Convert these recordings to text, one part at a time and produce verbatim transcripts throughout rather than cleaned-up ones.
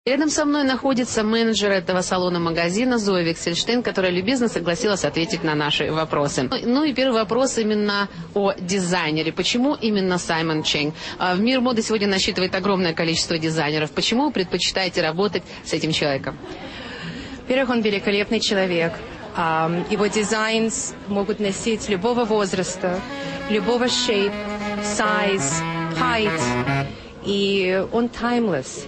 Рядом со мной находится менеджер этого салона-магазина Зоя Виксельштейн, которая любезно согласилась ответить на наши вопросы. Ну и первый вопрос именно о дизайнере. Почему именно Саймон Чэнг? В мир моды сегодня насчитывает огромное количество дизайнеров. Почему вы предпочитаете работать с этим человеком? Во-первых, он великолепный человек. Его дизайн могут носить любого возраста, любого shape, size, height. И он timeless.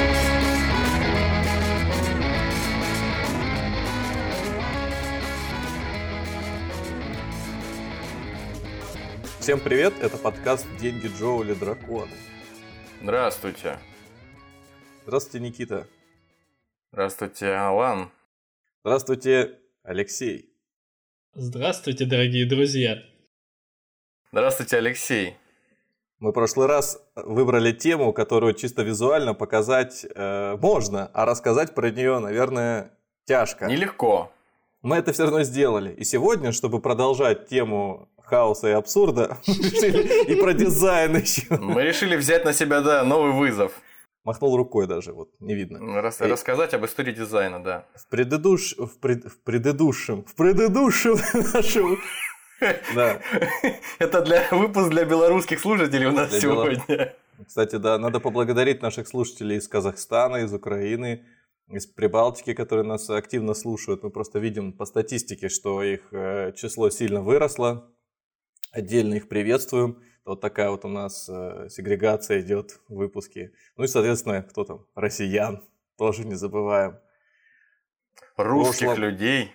Всем привет, это подкаст «Деньги, Джо или драконы». Здравствуйте. Здравствуйте, Никита. Здравствуйте, Алан. Здравствуйте, Алексей. Здравствуйте, дорогие друзья. Здравствуйте, Алексей. Мы в прошлый раз выбрали тему, которую чисто визуально показать э, можно, а рассказать про нее, наверное, тяжко. Нелегко. Мы это все равно сделали. И сегодня, чтобы продолжать тему хаоса и абсурда, и про дизайн еще. Мы решили взять на себя, да, новый вызов. Махнул рукой даже, вот, не видно. Рас- рассказать об истории дизайна, да. В, предыдуш... в, пред... в предыдущем, в предыдущем нашем... Да. Это для выпуск для белорусских слушателей у нас для сегодня. Белор... Кстати, да, надо поблагодарить наших слушателей из Казахстана, из Украины, из Прибалтики, которые нас активно слушают. Мы просто видим по статистике, что их число сильно выросло. Отдельно их приветствуем. Вот такая вот у нас э, сегрегация идет в выпуске. Ну и, соответственно, кто там? Россиян. Тоже не забываем. Русских Прошлом... людей.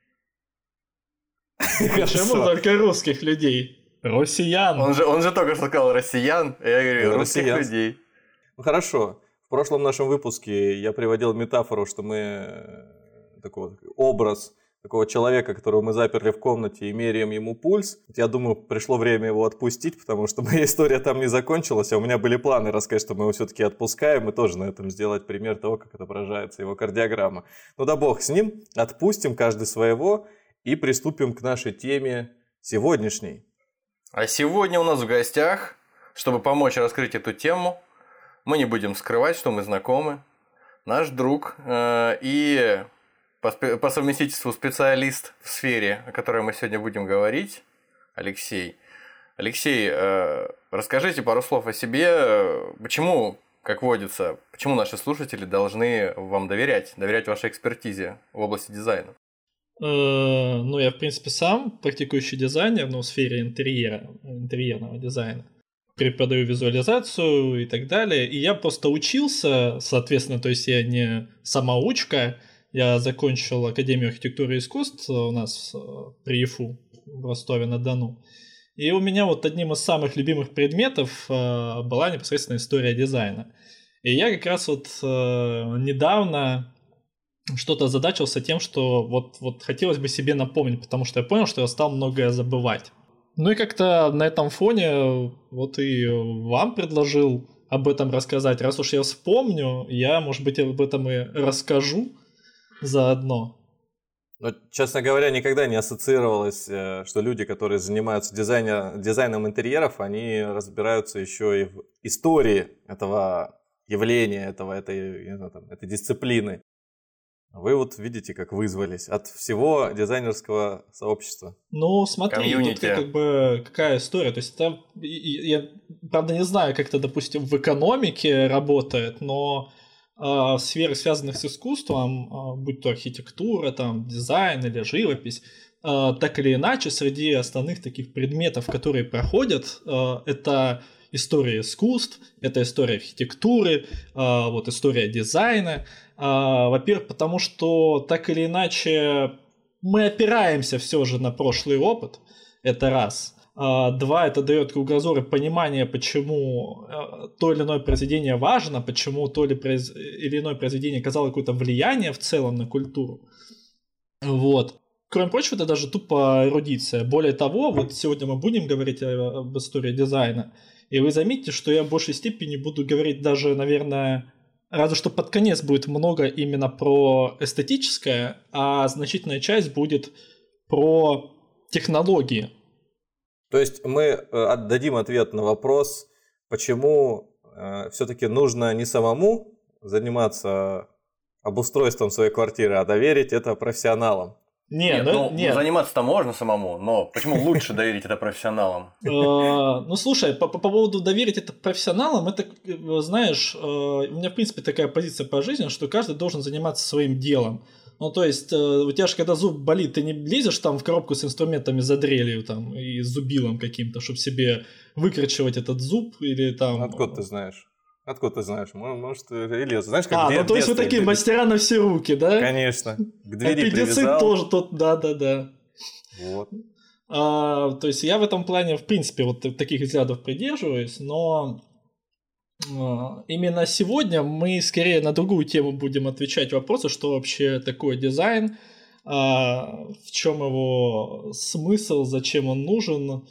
Почему только русских людей? Россиян. Он же, он же только что сказал россиян. Я говорю, русских Россиян. людей. Ну хорошо. В прошлом нашем выпуске я приводил метафору, что мы такой вот образ такого человека, которого мы заперли в комнате и меряем ему пульс. Я думаю, пришло время его отпустить, потому что моя история там не закончилась, а у меня были планы рассказать, что мы его все-таки отпускаем, и тоже на этом сделать пример того, как отображается его кардиограмма. Ну да бог с ним, отпустим каждый своего и приступим к нашей теме сегодняшней. А сегодня у нас в гостях, чтобы помочь раскрыть эту тему, мы не будем скрывать, что мы знакомы, наш друг э, и... по совместительству специалист в сфере, о которой мы сегодня будем говорить, Алексей. Алексей, расскажите пару слов о себе. Почему, как водится, почему наши слушатели должны вам доверять, доверять вашей экспертизе в области дизайна? Ну, я, в принципе, сам практикующий дизайнер, но в сфере интерьера, интерьерного дизайна. Преподаю визуализацию и так далее. И я просто учился, соответственно, то есть я не самоучка. Я закончил Академию архитектуры и искусств у нас при ЕФУ в Ростове-на-Дону. И у меня вот одним из самых любимых предметов была непосредственно история дизайна. И я как раз вот недавно что-то озадачился тем, что вот, вот хотелось бы себе напомнить, потому что я понял, что я стал многое забывать. Ну и как-то на этом фоне вот и вам предложил об этом рассказать. Раз уж я вспомню, я, может быть, об этом и расскажу заодно. Но, честно говоря, никогда не ассоциировалось, что люди, которые занимаются дизайне, дизайном интерьеров, они разбираются еще и в истории этого явления, этого, этой, не знаю, там, этой дисциплины. Вы вот видите, как вызвались от всего дизайнерского сообщества. Ну, смотри, Комьюнити. тут как бы какая история. То есть это, я, правда, не знаю, как это, допустим, в экономике работает, но в сферах, связанных с искусством, будь то архитектура, там, дизайн или живопись, так или иначе, среди основных таких предметов, которые проходят, это история искусств, это история архитектуры, вот, история дизайна. Во-первых, потому что так или иначе мы опираемся все же на прошлый опыт, это раз. Два, это дает кругозор и понимание, почему то или иное произведение важно, почему то или, произ... или иное произведение оказало какое-то влияние в целом на культуру. Вот. Кроме прочего, это даже тупо эрудиция. Более того, вот сегодня мы будем говорить об истории дизайна, и вы заметите, что я в большей степени буду говорить даже, наверное, разве что под конец будет много именно про эстетическое, а значительная часть будет про технологии. То есть мы отдадим ответ на вопрос, почему э, все-таки нужно не самому заниматься обустройством своей квартиры, а доверить это профессионалам. Не, Нет, ну, ну, нет. заниматься-то можно самому, но почему лучше доверить это профессионалам? Э, Ну, слушай, по, по поводу доверить это профессионалам, это, э, знаешь, э, у меня, в принципе, такая позиция по жизни, что каждый должен заниматься своим делом. Ну, то есть, э, у тебя же, когда зуб болит, ты не лезешь там в коробку с инструментами за дрелью там, и с зубилом каким-то, чтобы себе выкручивать этот зуб или там... Откуда ты знаешь? Откуда ты знаешь? Мо- Может, или знаешь, как А, в ну то есть вы детстве такие ты- мастера на все руки, да? Конечно. К двери Аппендицит привязал. тоже тот, да-да-да. Вот. А, то есть я в этом плане, в принципе, вот таких взглядов придерживаюсь, но а, именно сегодня мы скорее на другую тему будем отвечать вопросы, что вообще такое дизайн, а, в чем его смысл, зачем он нужен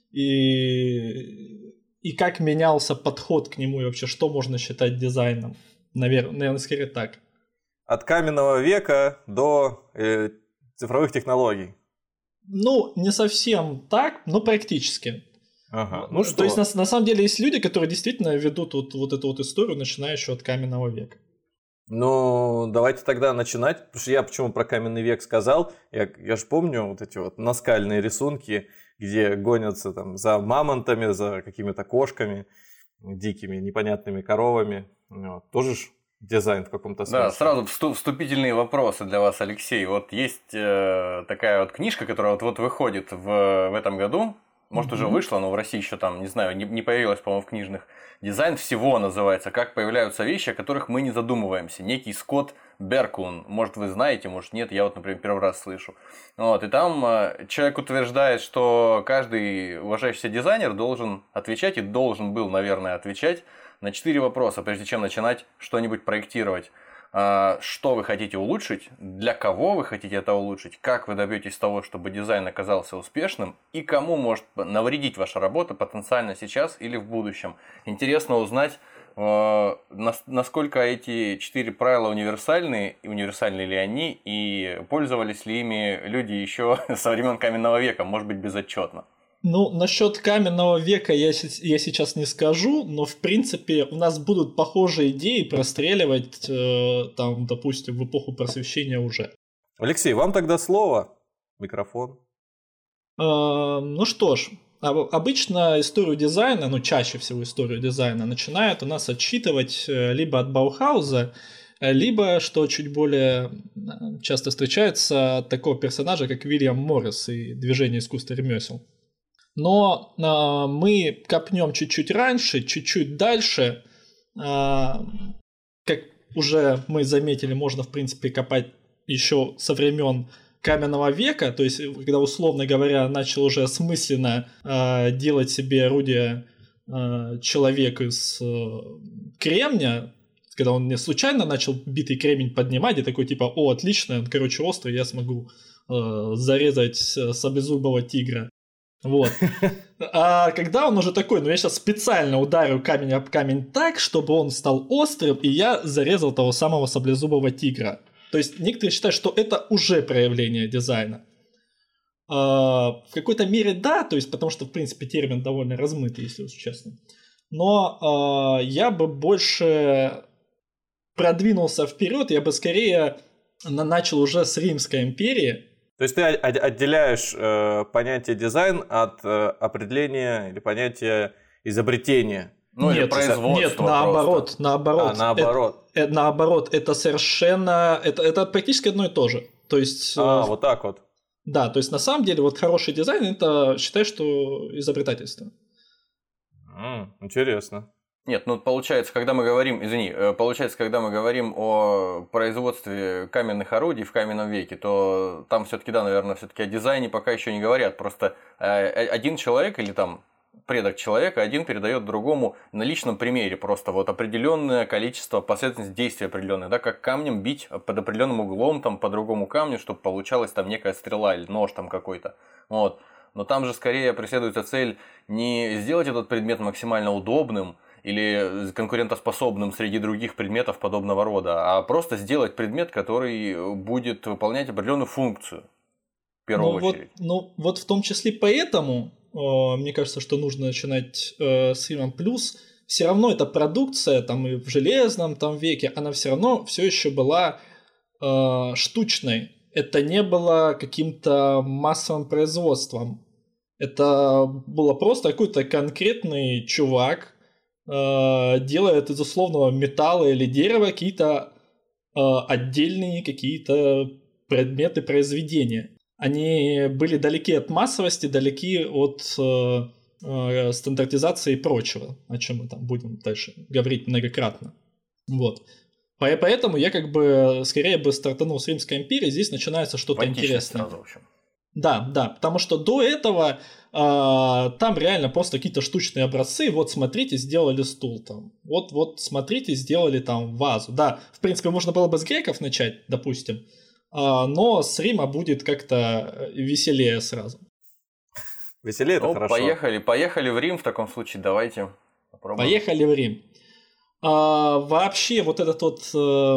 и, и как менялся подход к нему и вообще что можно считать дизайном. Навер- Наверное, скорее так. От каменного века до э, цифровых технологий. Ну, не совсем так, но практически. Ага. Ну, Ну то что? есть, на, на самом деле, есть люди, которые действительно ведут вот, вот эту вот историю, начинающую от каменного века. Ну, давайте тогда начинать. Потому что я почему про каменный век сказал. Я, я же помню вот эти вот наскальные рисунки, где гонятся там за мамонтами, за какими-то кошками, дикими, непонятными коровами. Вот. Тоже ж дизайн в каком-то смысле. Да, сразу всту- вступительные вопросы для вас, Алексей. Вот есть э, такая вот книжка, которая вот-вот выходит в, в этом году. Может, Мгм. уже вышла, но в России еще там, не знаю, не, не появилась, по-моему, в книжных. «Дизайн всего» называется. Как появляются вещи, о которых мы не задумываемся. Некий Скотт Берклун. Может, вы знаете, может, нет. Я вот, например, первый раз слышу. Вот, и там э, человек утверждает, что каждый уважающийся дизайнер должен отвечать и должен был, наверное, отвечать на четыре вопроса, прежде чем начинать что-нибудь проектировать. А, Что вы хотите улучшить, для кого вы хотите это улучшить, как вы добьетесь того, чтобы дизайн оказался успешным, и кому может навредить ваша работа потенциально сейчас или в будущем. Интересно узнать, э, нас- насколько эти четыре правила универсальны, и универсальны ли они, и пользовались ли ими люди еще со времен каменного века, может быть, безотчетно. Ну, насчет каменного века я, се- я сейчас не скажу, но в принципе у нас будут похожие идеи простреливать, э, там, допустим, в эпоху просвещения уже. Алексей, вам тогда слово. Микрофон. Э, ну что ж, об- обычно историю дизайна, ну чаще всего историю дизайна начинают у нас отсчитывать э, либо от Баухауза, э, либо, что чуть более э, часто встречается, от такого персонажа, как Вильям Моррис и «Движение искусства ремесел». Но э, мы копнем чуть-чуть раньше, чуть-чуть дальше. Э, как уже мы заметили, можно, в принципе, копать еще со времен каменного века, то есть, когда, условно говоря, начал уже осмысленно э, делать себе орудие э, человек из э, кремня, когда он не случайно начал битый кремень поднимать, и такой типа, о, отлично, он, короче, острый, я смогу э, зарезать э, саблезубого тигра. Вот. А когда он уже такой, ну я сейчас специально ударю камень об камень так, чтобы он стал острым, и я зарезал того самого саблезубого тигра. То есть некоторые считают, что это уже проявление дизайна. А, в какой-то мере да, то есть потому что, в принципе, термин довольно размытый, если уж честно. Но а, я бы больше продвинулся вперед, я бы скорее на- начал уже с Римской империи. То есть ты о- о- отделяешь э, понятие дизайн от э, определения или понятия изобретения. Ну, или Нет, производство Нет, просто. наоборот, наоборот. А, наоборот. Это, э, наоборот, это совершенно... Это, это практически одно и то же. То есть... А, э, вот так вот. Да, то есть на самом деле вот хороший дизайн, это считай, что изобретательство. М, интересно. Нет, ну получается, когда мы говорим, извини, э, получается, когда мы говорим о производстве каменных орудий в каменном веке, то там все-таки, да, наверное, все-таки о дизайне пока еще не говорят. Просто э, один человек или там предок человека, один передает другому на личном примере просто вот определенное количество, последовательность действий определенных, да, как камнем бить под определенным углом, там, по другому камню, чтобы получалась там некая стрела или нож там какой-то. Вот. Но там же скорее преследуется цель не сделать этот предмет максимально удобным или конкурентоспособным среди других предметов подобного рода, а просто сделать предмет, который будет выполнять определенную функцию. В первую ну, очередь. Вот, ну вот в том числе поэтому, э, мне кажется, что нужно начинать э, с Рима плюс, все равно эта продукция там и в железном там веке, она все равно все еще была э, штучной. Это не было каким-то массовым производством. Это было просто какой-то конкретный чувак э, делает из условного металла или дерева какие-то э, отдельные какие-то предметы произведения. Они были далеки от массовости, далеки от э, э, стандартизации и прочего, о чем мы там будем дальше говорить многократно. Вот. Поэтому я как бы скорее бы стартанул с Римской империи, здесь начинается что-то интересное. Сразу, в общем. Да, да, потому что до этого э, там реально просто какие-то штучные образцы. Вот смотрите, сделали стул там. Вот, вот смотрите, сделали там вазу. Да, в принципе, можно было бы с греков начать, допустим, э, но с Рима будет как-то веселее сразу. Веселее это ну, хорошо. Поехали, поехали в Рим в таком случае, давайте попробуем. Поехали в Рим. А, вообще вот этот вот э,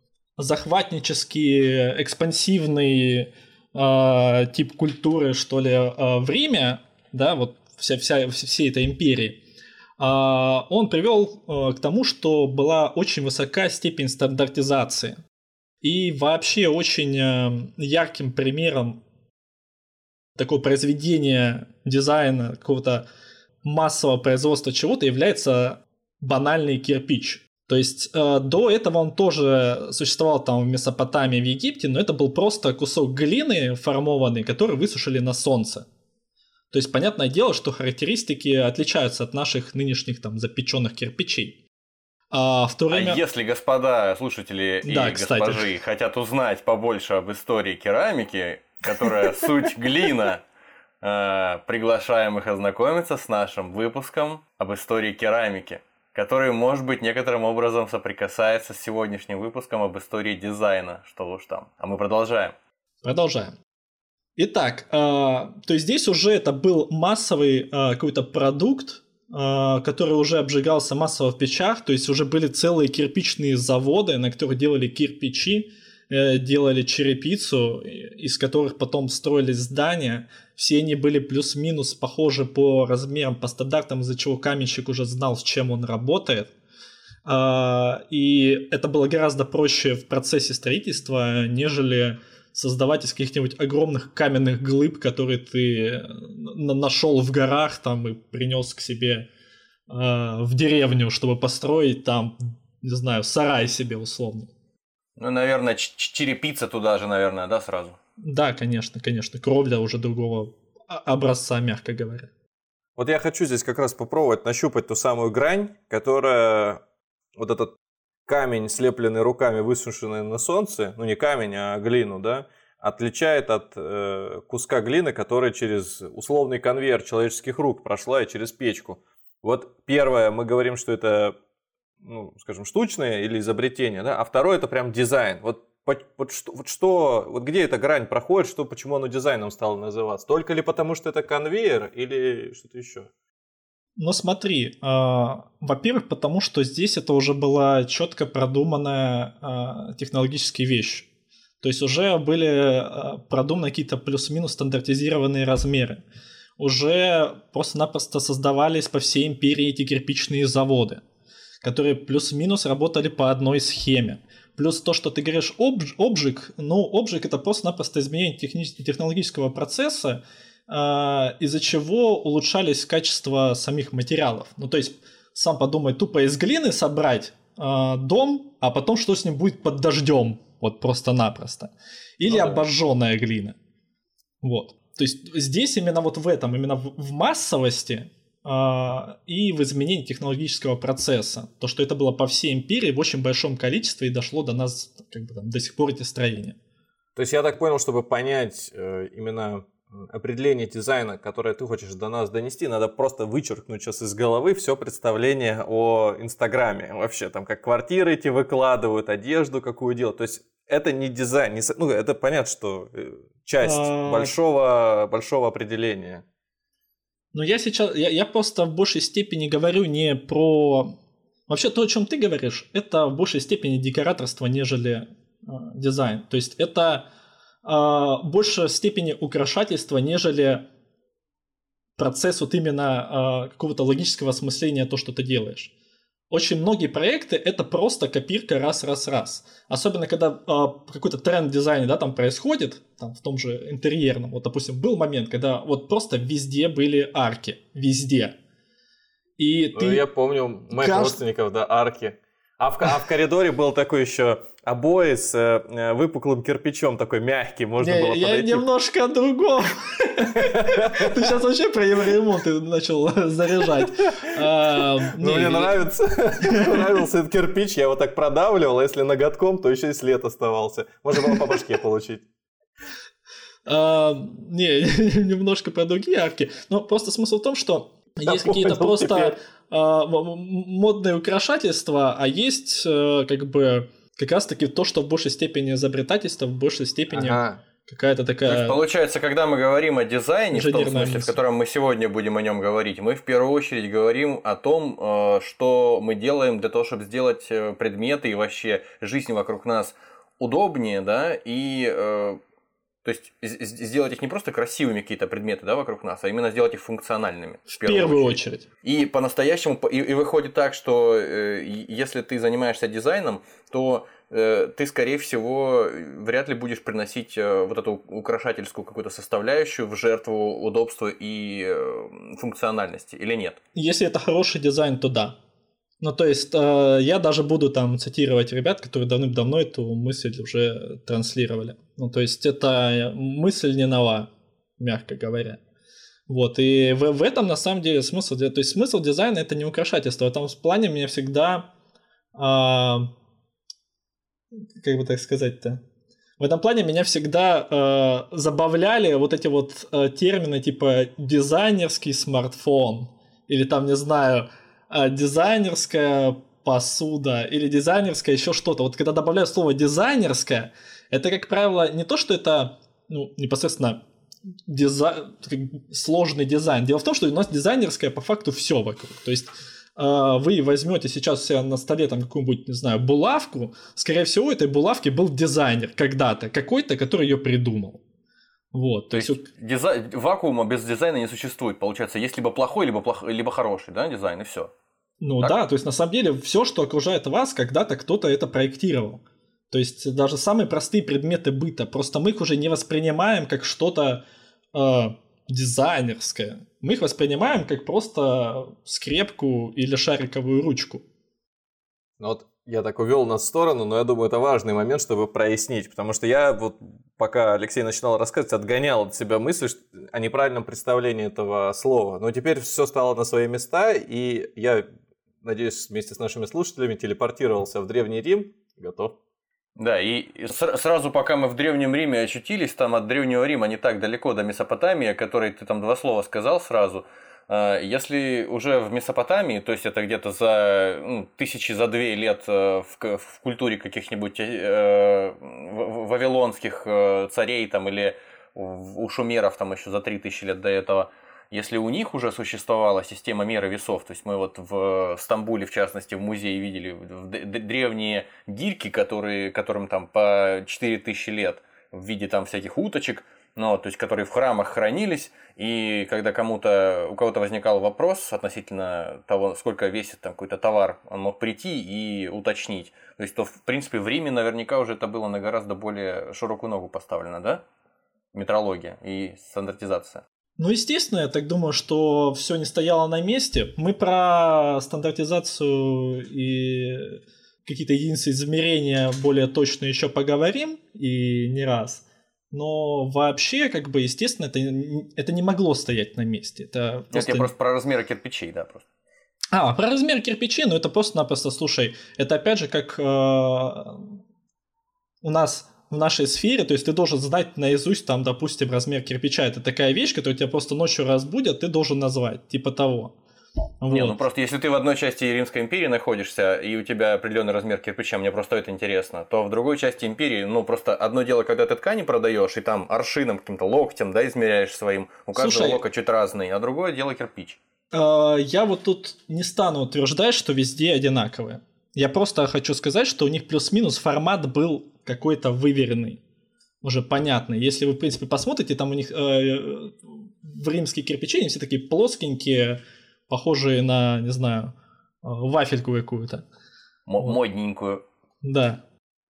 захватнический, экспансивный э, тип культуры, что ли, э, в Риме, да, вот вся, вся, всей этой империи, э, он привел э, к тому, что была очень высока степень стандартизации. И вообще очень э, ярким примером такого произведения дизайна, какого-то массового производства чего-то является банальный кирпич. То есть э, до этого он тоже существовал там в Месопотамии, в Египте, но это был просто кусок глины формованный, который высушили на солнце. То есть понятное дело, что характеристики отличаются от наших нынешних там запеченных кирпичей. А, в то время... а если господа слушатели и да, кстати. госпожи хотят узнать побольше об истории керамики, которая суть глина, приглашаем их ознакомиться с нашим выпуском об истории керамики, который, может быть, некоторым образом соприкасается с сегодняшним выпуском об истории дизайна, что уж там. А мы продолжаем. Продолжаем. Итак, э, то есть здесь уже это был массовый э, какой-то продукт, э, который уже обжигался массово в печах, то есть уже были целые кирпичные заводы, на которых делали кирпичи, э, делали черепицу, из которых потом строились здания. Все они были плюс-минус похожи по размерам, по стандартам, из-за чего каменщик уже знал, с чем он работает. И это было гораздо проще в процессе строительства, нежели создавать из каких-нибудь огромных каменных глыб, которые ты нашел в горах там, и принес к себе в деревню, чтобы построить там, не знаю, сарай себе условно. Ну, наверное, черепица туда же, наверное, да, сразу? Да, конечно, конечно. Кровля уже другого образца, мягко говоря. Вот я хочу здесь как раз попробовать нащупать ту самую грань, которая вот этот камень, слепленный руками, высушенный на солнце, ну не камень, а глину, да, отличает от э, куска глины, которая через условный конвейер человеческих рук прошла и через печку. Вот первое, мы говорим, что это, ну, скажем, штучное или изобретение, да, а второе это прям дизайн. Вот Вот что, вот что, вот где эта грань проходит, что, почему оно дизайном стало называться? Только ли потому, что это конвейер или что-то еще? Ну смотри, э, во-первых, потому что здесь это уже была четко продуманная э, технологическая вещь. То есть уже были э, продуманы какие-то плюс-минус стандартизированные размеры. Уже просто-напросто создавались по всей империи эти кирпичные заводы, которые плюс-минус работали по одной схеме. Плюс то, что ты говоришь обж, обжиг, ну, обжиг это просто-напросто изменение техни- технологического процесса, э, из-за чего улучшались качество самих материалов. Ну, то есть, сам подумай, тупо из глины собрать э, дом, а потом что с ним будет под дождем, вот просто-напросто. Или ну, да. обожженная глина. Вот. То есть, здесь именно вот в этом, именно в, в массовости и в изменении технологического процесса. То, что это было по всей империи в очень большом количестве и дошло до нас как бы, там, до сих пор эти строения. То есть я так понял, чтобы понять э, именно определение дизайна, которое ты хочешь до нас донести, надо просто вычеркнуть сейчас из головы все представление о Инстаграме. Вообще, там как квартиры эти выкладывают, одежду какую делают. То есть это не дизайн, не, ну это понятно, что часть а... большого, большого определения. Но я сейчас, я, я просто в большей степени говорю не про... Вообще то, о чем ты говоришь, это в большей степени декораторство, нежели э, дизайн. То есть это э, в большей степени украшательство, нежели процесс вот именно э, какого-то логического осмысления то, что ты делаешь. Очень многие проекты — это просто копирка раз-раз-раз. Особенно, когда э, какой-то тренд в дизайне, да, там происходит, там, в том же интерьерном. Вот, допустим, был момент, когда вот просто везде были арки. Везде. И ну, ты... Я помню моих кажд... родственников, да, арки. А в, а в коридоре был такой еще обои с э, выпуклым кирпичом, такой мягкий, можно не, было я подойти. Я немножко о другом. Ты сейчас вообще про евроремонт начал заряжать. Ну, мне нравится. Нравился этот кирпич, я его так продавливал, а если ноготком, то еще и след оставался. Можно было по башке получить. Не, немножко про другие арки. Но просто смысл в том, что есть какие-то просто модные украшательства, а есть как бы как раз-таки то, что в большей степени изобретательство, в большей степени ага. какая-то такая... То есть, получается, когда мы говорим о дизайне, в том смысле, мысль. в котором мы сегодня будем о нем говорить, мы в первую очередь говорим о том, что мы делаем для того, чтобы сделать предметы и вообще жизнь вокруг нас удобнее, да, и... То есть сделать их не просто красивыми какие-то предметы, да, вокруг нас, а именно сделать их функциональными. В, в первую, первую очередь. очередь. И по-настоящему, и, и выходит так, что э, если ты занимаешься дизайном, то э, ты, скорее всего, вряд ли будешь приносить э, вот эту украшательскую какую-то составляющую в жертву удобства и э, функциональности, или нет? Если это хороший дизайн, то да. Ну, то есть, э, я даже буду там цитировать ребят, которые давным-давно эту мысль уже транслировали. Ну, то есть, это мысль не нова, мягко говоря. Вот, и в, в этом, на самом деле, смысл. То есть, смысл дизайна — это не украшательство. В этом плане меня всегда, э, как бы так сказать-то, в этом плане меня всегда э, забавляли вот эти вот э, термины типа дизайнерский смартфон или там, не знаю... дизайнерская посуда или дизайнерская еще что-то. Вот когда добавляют слово дизайнерская, это, как правило, не то, что это ну, непосредственно дизай... сложный дизайн. Дело в том, что у нас дизайнерская по факту все вокруг. То есть вы возьмете сейчас у себя на столе там какую-нибудь, не знаю, булавку, скорее всего, у этой булавки был дизайнер когда-то, какой-то, который ее придумал. Вот, то есть вот... дизай... вакуума без дизайна не существует, получается, есть либо плохой, либо, плох... либо хороший, да, дизайн, и все. Ну так? Да, то есть на самом деле все, что окружает вас, когда-то кто-то это проектировал. То есть даже самые простые предметы быта, просто мы их уже не воспринимаем как что-то э, дизайнерское. Мы их воспринимаем как просто скрепку или шариковую ручку. Ну вот я так увел нас в сторону, но я думаю, это важный момент, чтобы прояснить, потому что я вот, пока Алексей начинал рассказывать, отгонял от себя мысль о неправильном представлении этого слова. Но теперь все стало на свои места, и я, надеюсь, вместе с нашими слушателями телепортировался в Древний Рим. Готов. Да, и сразу, пока мы в Древнем Риме очутились, там от Древнего Рима не так далеко до Месопотамии, о которой ты там два слова сказал сразу. Если уже в Месопотамии, то есть это где-то за ну, тысячи за две лет в, в культуре каких-нибудь э, вавилонских царей там, или у шумеров там еще за три тысячи лет до этого, если у них уже существовала система меры весов, то есть мы вот в Стамбуле, в частности, в музее видели древние гирьки, которые, которым там по четыре тысячи лет в виде там всяких уточек, ну, то есть, которые в храмах хранились, и когда кому-то, у кого-то возникал вопрос относительно того, сколько весит там какой-то товар, он мог прийти и уточнить. То есть, то, в принципе, в Риме наверняка уже это было на гораздо более широкую ногу поставлено, да? Метрология и стандартизация. Ну, естественно, я так думаю, что все не стояло на месте. Мы про стандартизацию и какие-то единицы измерения более точно еще поговорим, и не раз. Но вообще, как бы, естественно, это, это не могло стоять на месте. Это просто... Нет, я просто про размеры кирпичей, да, просто. А, про размер кирпичей, ну это просто-напросто, слушай, это опять же как э, у нас в нашей сфере, то есть ты должен знать наизусть, там, допустим, размер кирпича. Это такая вещь, которая тебя просто ночью разбудят, ты должен назвать, типа того. Вот. Не, ну просто если ты в одной части Римской империи находишься, и у тебя определенный размер кирпича, мне просто это интересно, то в другой части империи, ну просто одно дело, когда ты ткани продаешь, и там аршином, каким-то локтем, да, измеряешь своим, у каждого Слушай, локтя чуть разный, а другое дело кирпич. Э, я вот тут не стану утверждать, что везде одинаковые. Я просто хочу сказать, что у них плюс-минус формат был какой-то выверенный. уже понятны. Если вы, в принципе, посмотрите, там у них э, в римские кирпичи, они все такие плоскенькие, похожие на, не знаю, вафельку какую-то. М- вот. Модненькую. Да.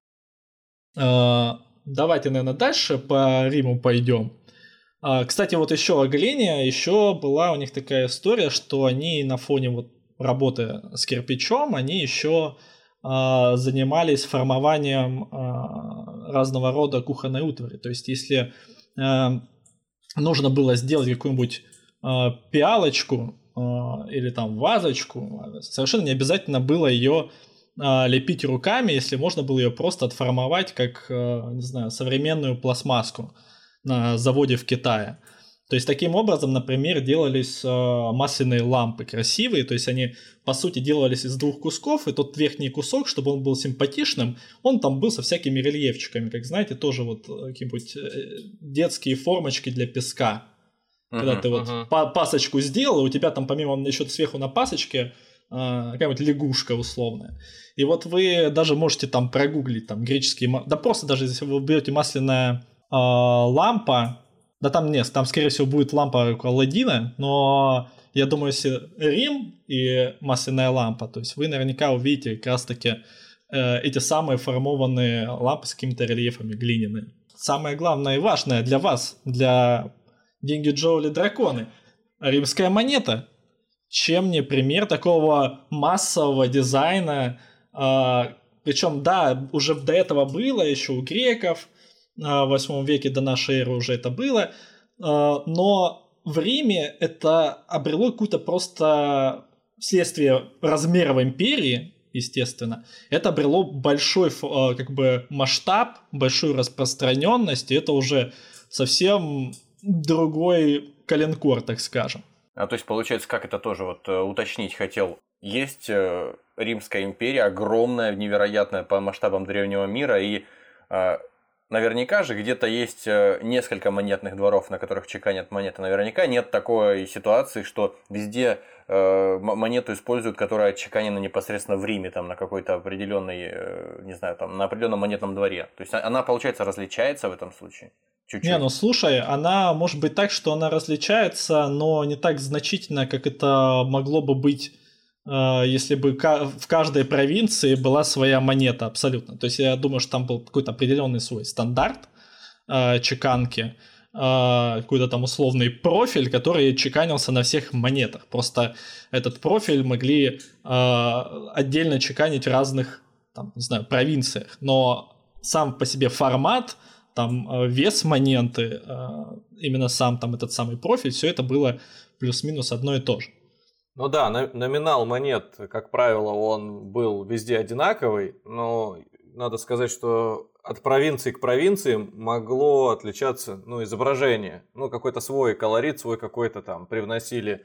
Э, давайте, наверное, дальше по Риму пойдем. Э, кстати, вот еще о глине, еще была у них такая история, что они на фоне вот работы с кирпичом, они еще э, занимались формованием э, разного рода кухонной утвари. То есть, если э, нужно было сделать какую-нибудь э, пиалочку э, или там вазочку, совершенно не обязательно было ее э, лепить руками, если можно было ее просто отформовать как, э, не знаю, современную пластмасску на заводе в Китае. То есть таким образом, например, делались э, масляные лампы красивые, то есть они, по сути, делались из двух кусков, и тот верхний кусок, чтобы он был симпатичным, он там был со всякими рельефчиками, как знаете, тоже вот какие-нибудь детские формочки для песка. Uh-huh, Когда ты вот uh-huh. пасочку сделал, у тебя там помимо еще сверху на пасочке э, какая-нибудь лягушка условная. И вот вы даже можете там прогуглить там греческие, да просто даже если вы берете масляная э, лампа, да там нет, там, скорее всего, будет лампа Алладина, но я думаю, если Рим и масляная лампа, то есть вы наверняка увидите как раз-таки э, эти самые формованные лампы с какими-то рельефами глиняные. Самое главное и важное для вас, для деньги Джоули Драконы, римская монета. Чем не пример такого массового дизайна, э, причем, да, уже до этого было еще у греков, в восьмом веке до нашей эры уже это было, но в Риме это обрело какую-то просто вследствие размеров империи, естественно, это обрело большой как бы масштаб, большую распространенность, и это уже совсем другой коленкор, так скажем. А то есть, получается, как это тоже вот уточнить хотел, есть Римская империя, огромная, невероятная по масштабам древнего мира, и наверняка же где-то есть несколько монетных дворов, на которых чеканят монеты. Наверняка нет такой ситуации, что везде монету используют, которая отчеканена непосредственно в Риме, там, на какой-то определенной, не знаю, там, на определенном монетном дворе. То есть она, получается, различается в этом случае? Чуть-чуть. Не, ну слушай, она может быть так, что она различается, но не так значительно, как это могло бы быть, если бы в каждой провинции была своя монета абсолютно. То есть я думаю, что там был какой-то определенный свой стандарт э, чеканки, э, какой-то там условный профиль, который чеканился на всех монетах. Просто этот профиль могли э, отдельно чеканить в разных, там, не знаю, провинциях. Но сам по себе формат, там, вес монеты, э, именно сам там этот самый профиль, все это было плюс-минус одно и то же. Ну да, номинал монет, как правило, он был везде одинаковый, но надо сказать, что от провинции к провинции могло отличаться, ну, изображение, ну, какой-то свой колорит, свой какой-то там привносили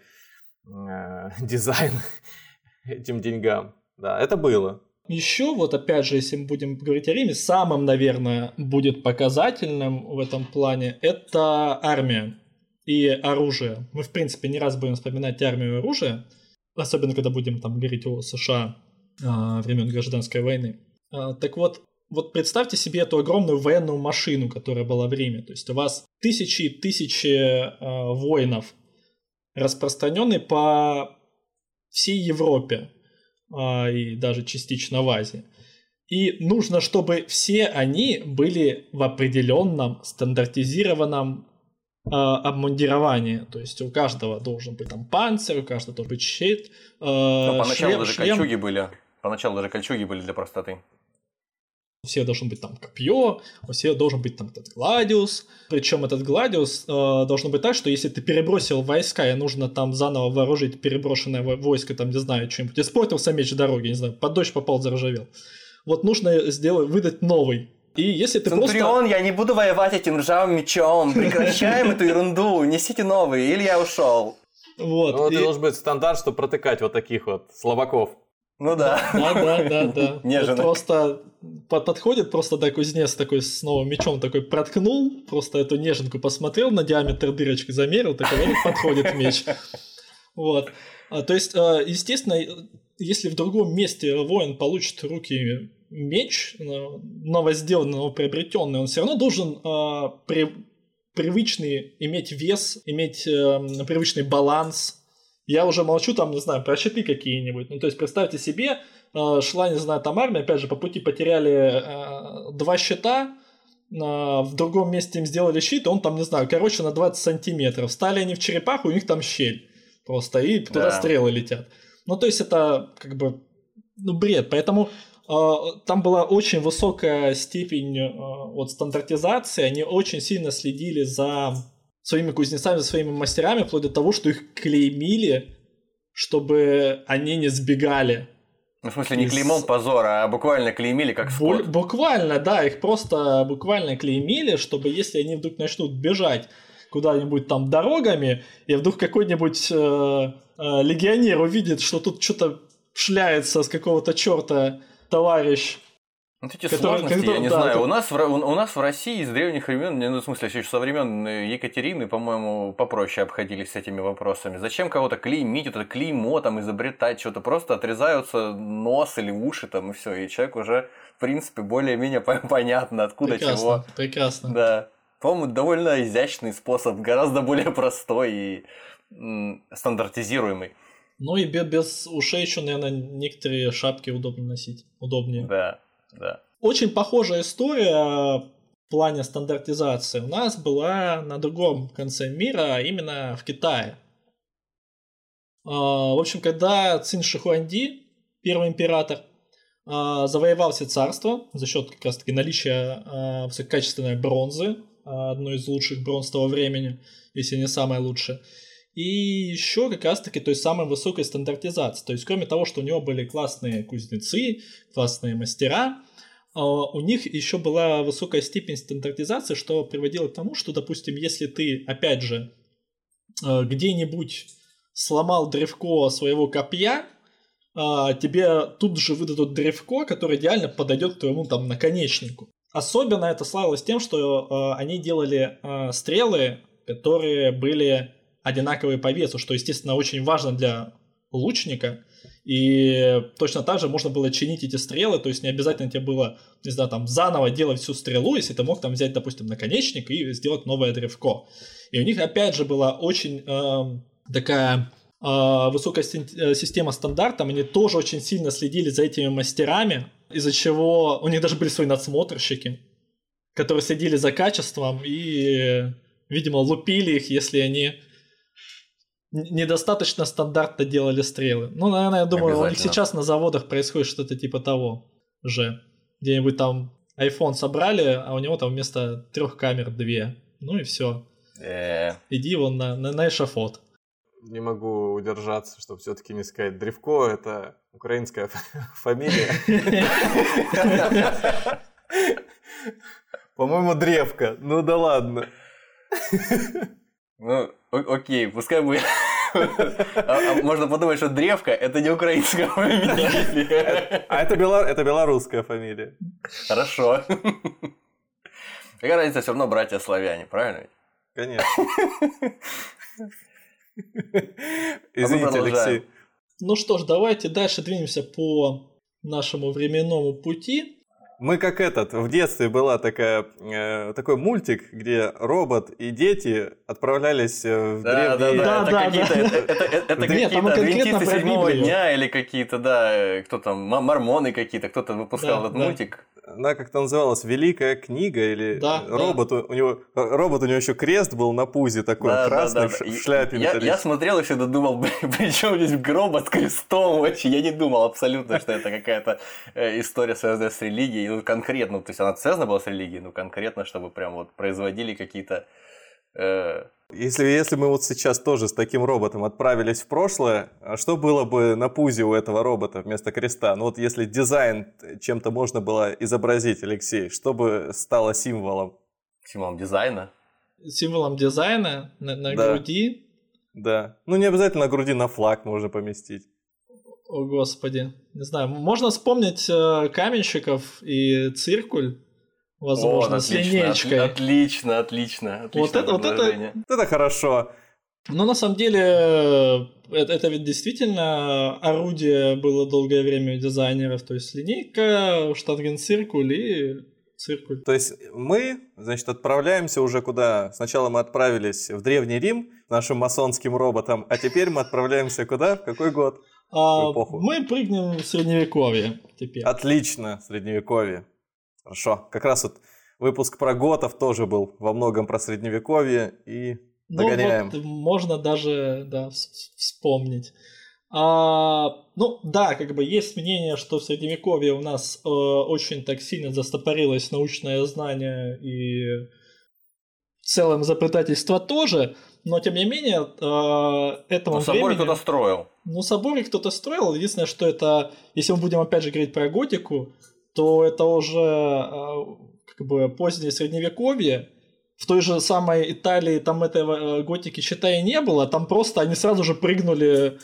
э, дизайн этим деньгам. Да, это было. Еще вот опять же, если мы будем говорить о Риме, самым, наверное, будет показательным в этом плане это армия и оружие. Мы, в принципе, не раз будем вспоминать армию и оружие, особенно когда будем там говорить о США э, времен Гражданской войны. Э, так вот, вот представьте себе эту огромную военную машину, которая была в Риме. То есть у вас тысячи и тысячи э, воинов, распространенные по всей Европе э, и даже частично в Азии. И нужно, чтобы все они были в определенном стандартизированном обмундирование, то есть у каждого должен быть там панцирь, у каждого должен быть щит, э, Но поначалу шлем, даже шлем. кольчуги были, поначалу даже кольчуги были для простоты. У всех должен быть там копье, у всех должен быть там этот гладиус, причем этот гладиус э, должно быть так, что если ты перебросил войска и нужно там заново вооружить переброшенное войско, там, не знаю, что-нибудь, испортился меч в дороге, не знаю, под дождь попал, заржавел, вот нужно сделать, выдать новый. И если ты Центурион, просто... я не буду воевать этим ржавым мечом. Прекращаем эту ерунду. Несите новый, или я ушел. Вот. Ну, и... это должен быть стандарт, чтобы протыкать вот таких вот слабаков. Ну да. Да, да, да, да. Нежно. Вот просто подходит просто да, кузнец такой с новым мечом такой проткнул, просто эту неженку посмотрел на диаметр дырочки, замерил, такой вот подходит меч. Вот. А, то есть, естественно, если в другом месте воин получит в руки меч, новосделанный, новоприобретенный, он все равно должен э, при, привычный иметь вес, иметь э, привычный баланс. Я уже молчу, там, не знаю, про щиты какие-нибудь. Ну, то есть, представьте себе, э, шла, не знаю, там армия, опять же, по пути потеряли э, два щита, э, в другом месте им сделали щит, и он там, не знаю, короче, на двадцать сантиметров. Стали они в черепаху, у них там щель просто, и туда Да. стрелы летят. Ну, то есть, это, как бы, ну, бред. Поэтому э, там была очень высокая степень э, вот, стандартизации, они очень сильно следили за своими кузнецами, за своими мастерами, вплоть до того, что их клеймили, чтобы они не сбегали. Ну, в смысле, не Из- клеймом позора, а буквально клеймили как Бу- скот. буквально, да, их просто буквально клеймили, чтобы если они вдруг начнут бежать куда-нибудь там дорогами, и вдруг какой-нибудь э, э, легионер увидит, что тут что-то шляется с какого-то черта товарищ. Вот эти Который- сложности, который- я не да, знаю. это- У нас, в, Ро- у нас в России с древних времен, ну, в смысле, еще со времен Екатерины, по-моему, попроще обходились с этими вопросами. Зачем кого-то клеймить, вот это клеймо там изобретать, что-то просто отрезаются нос или уши там и все, и человек уже, в принципе, более-менее по- понятно, откуда Прекрасно, чего. прекрасно. Да. По-моему, довольно изящный способ, гораздо более простой и м, стандартизируемый. Ну и бе- без ушей еще, наверное, некоторые шапки удобно носить, удобнее. Да, да. Очень похожая история в плане стандартизации у нас была на другом конце мира, а именно в Китае. А, В общем, когда Цин Шихуанди, первый император, а, завоевал все царства за счет как раз-таки наличия а, высококачественной бронзы, а, одной из лучших бронз того времени, если не самая лучшая, и еще как раз-таки той самой высокой стандартизации. То есть, кроме того, что у него были классные кузнецы, классные мастера, а, у них еще была высокая степень стандартизации, что приводило к тому, что, допустим, если ты, опять же, э, где-нибудь сломал древко своего копья, а, тебе тут же выдадут древко, которое идеально подойдет к твоему там наконечнику. Особенно это славилось тем, что э, они делали э, стрелы, которые были одинаковые по весу, что, естественно, очень важно для лучника. И точно так же можно было чинить эти стрелы, то есть не обязательно тебе было, не знаю, там заново делать всю стрелу, если ты мог там взять, допустим, наконечник и сделать новое древко. И у них опять же была очень э, такая э, высокая си- система стандартов, они тоже очень сильно следили за этими мастерами, из-за чего у них даже были свои надсмотрщики, которые следили за качеством и, видимо, лупили их, если они недостаточно стандартно делали стрелы. Ну, наверное, я думаю, у них Обязательно. сейчас на заводах происходит что-то типа того же. Где-нибудь там iPhone собрали, а у него там вместо трех камер две. Ну и все. Э, Иди вон на, на, на эшафот. Не могу удержаться, чтобы все-таки не сказать. Древко — это украинская фамилия. По-моему, древко. Ну да ладно. Ну, о- окей, пускай мы... А- а можно подумать, что древко — это не украинская фамилия. А это, бела... это белорусская фамилия. Хорошо. Какая разница, все равно братья-славяне, правильно ведь? Конечно. А Извините, продолжаем. Алексей. Ну что ж, давайте дальше двинемся по нашему временному пути. Мы как этот, в детстве была такая, э, такой мультик, где робот и дети отправлялись э, в Да, да, древние... да, Да, это да, какие-то, да. это, это- это- это Нет, там какие-то конкретно адвентисты про седьмого Библию. дня или какие-то, да, кто там, м- мормоны какие-то, кто-то выпускал Да, этот да. мультик. Она как-то называлась «Великая книга» или Да, робот, У, у него, робот, у него еще крест был на пузе такой, Да, да, красный, да, в ш- да. в шляпе Я, я металлической. смотрел и всегда думал, при чем здесь гроб с крестом вообще? Я не думал абсолютно, что это какая-то э, история, связанная с религией. Ну, конкретно, то есть она связана была с религией, но конкретно, чтобы прям вот производили какие-то... э, Если, если мы вот сейчас тоже с таким роботом отправились в прошлое, а что было бы на пузе у этого робота вместо креста? Ну вот если дизайн чем-то можно было изобразить, Алексей, что бы стало символом? символом дизайна. Символом дизайна на, на Да. груди. Да. Ну не обязательно на груди, на флаг можно поместить. О, господи. Не знаю, можно вспомнить э, каменщиков и циркуль, возможно, О, с отлично, линеечкой. отли- Отлично, отлично, отлично. Вот это- вот это- предложение. Вот это хорошо. Но на самом деле это, это ведь действительно орудие было долгое время у дизайнеров, то есть линейка, штангенциркуль и циркуль. То есть мы, значит, отправляемся уже куда? Сначала мы отправились в Древний Рим нашим масонским роботом, а теперь мы отправляемся куда? В какой год? А, в эпоху. Мы прыгнем в Средневековье теперь. Отлично, Средневековье. Хорошо. Как раз вот выпуск про готов тоже был во многом про Средневековье и догоняем. Ну вот можно даже да, вспомнить. А, ну да, как бы есть мнение, что в Средневековье у нас э, очень так сильно застопорилось научное знание и в целом изобретательство тоже, но тем не менее э, этому но соборы времени... кто-то строил. Ну, соборы кто-то строил. Единственное, что это, если мы будем опять же говорить про готику, то это уже э, как бы позднее Средневековье. В той же самой Италии там этой готики, считай, не было, там просто они сразу же прыгнули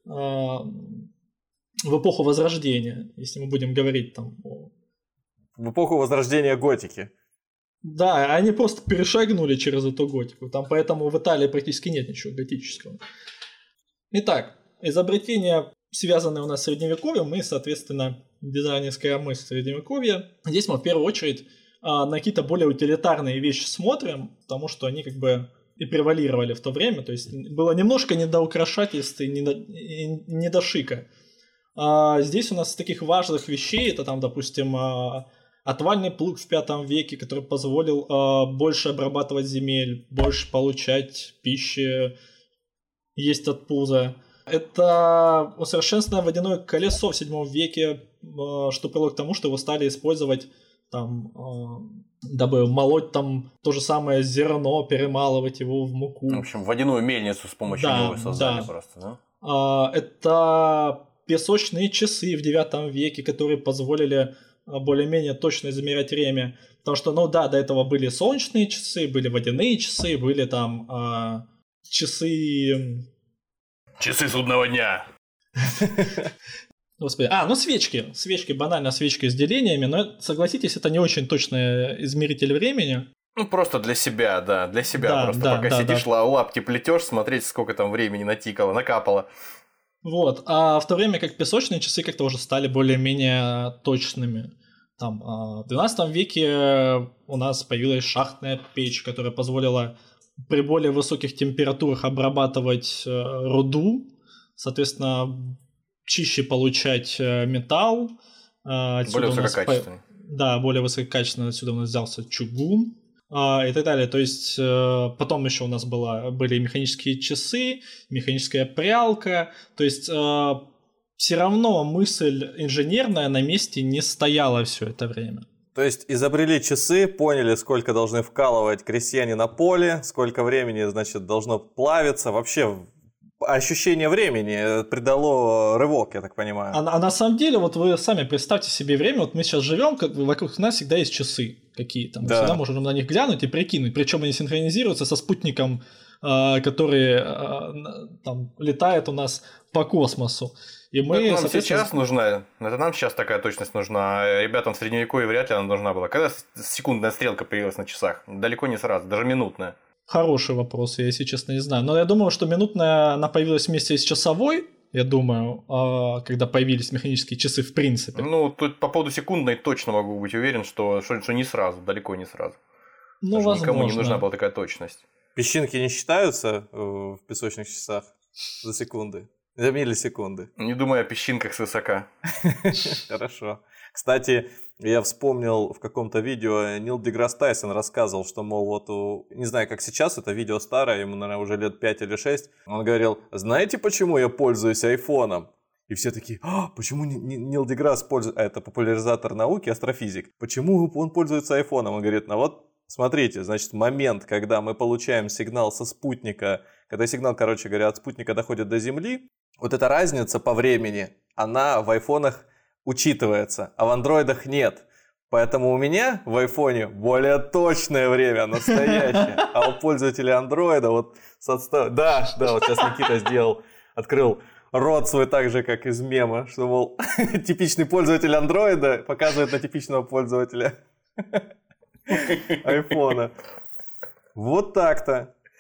в эпоху Возрождения, если мы будем говорить там о... В эпоху Возрождения готики. Да, они просто перешагнули через эту готику, там поэтому в Италии практически нет ничего готического. Итак, изобретения, связанные у нас с Средневековьем, мы, соответственно, дизайнерская мысль Средневековья. Здесь мы в первую очередь на какие-то более утилитарные вещи смотрим, потому что они как бы и превалировали в то время, то есть было немножко недоукрашательств и недошика. А здесь у нас из таких важных вещей, это там, допустим, отвальный плуг в пятом веке, который позволил больше обрабатывать земель, больше получать пищи, есть от пуза. Это усовершенствованное водяное колесо в седьмом веке, что привело к тому, что его стали использовать там, дабы молоть там то же самое зерно, перемалывать его в муку. В общем, водяную мельницу с помощью да, него создали да. просто, да? А, это песочные часы в девятом веке, которые позволили более-менее точно измерять время. Потому что, ну да, до этого были солнечные часы, были водяные часы, были там а, часы... Часы судного дня! Господи. А, ну свечки. Свечки, банально свечки с делениями, но, согласитесь, это не очень точный измеритель времени. Ну, просто для себя, да, для себя. Да, просто да, пока да, сидишь, да. лапти плетешь, смотреть, сколько там времени натикало, накапало. Вот. А в то время как песочные часы как-то уже стали более-менее точными. Там, в двенадцатом веке у нас появилась шахтная печь, которая позволила при более высоких температурах обрабатывать руду, соответственно, чище получать металл. Более высококачественный. По... Да, более высококачественный. Отсюда у нас взялся чугун и так далее. То есть потом еще у нас была, были механические часы, механическая прялка. То есть все равно мысль инженерная на месте не стояла все это время. То есть изобрели часы, поняли, сколько должны вкалывать крестьяне на поле, сколько времени, значит, должно плавиться. Вообще ощущение времени придало рывок, я так понимаю. А, а на самом деле, вот вы сами представьте себе время, вот мы сейчас живем, как вокруг нас всегда есть часы какие-то, мы да. всегда можем на них глянуть и прикинуть, причем они синхронизируются со спутником, э, который э, там летает у нас по космосу. И мы, это нам соответственно... сейчас нужна, это нам сейчас такая точность нужна, а ребятам в Средневековье вряд ли она нужна была. Когда секундная стрелка появилась на часах? Далеко не сразу, даже минутная. Хороший вопрос, я, если честно, не знаю. Но я думаю, что минутная, она появилась вместе с часовой, я думаю, когда появились механические часы в принципе. Ну, тут по поводу секундной точно могу быть уверен, что, что, что не сразу, далеко не сразу. Ну, даже возможно. Никому не нужна была такая точность. Песчинки не считаются в песочных часах за секунды? За миллисекунды? Не думаю о песчинках свысока. Хорошо. Кстати, я вспомнил в каком-то видео, Нил Деграсс Тайсон рассказывал, что, мол, вот, у... не знаю, как сейчас, это видео старое, ему, наверное, уже лет пять или шесть, он говорил, знаете, почему я пользуюсь айфоном? И все такие, а, почему Нил Деграсс пользуется, а это популяризатор науки, астрофизик, почему он пользуется айфоном? Он говорит, ну вот, смотрите, значит, момент, когда мы получаем сигнал со спутника, когда сигнал, короче говоря, от спутника доходит до Земли, вот эта разница по времени, она в айфонах учитывается, а в андроидах нет. Поэтому у меня в айфоне более точное время, настоящее. А у пользователей андроида вот с отстав... Да, да, вот сейчас Никита сделал, открыл рот свой так же, как из мема, что, мол, типичный пользователь андроида показывает на типичного пользователя айфона. Вот так-то.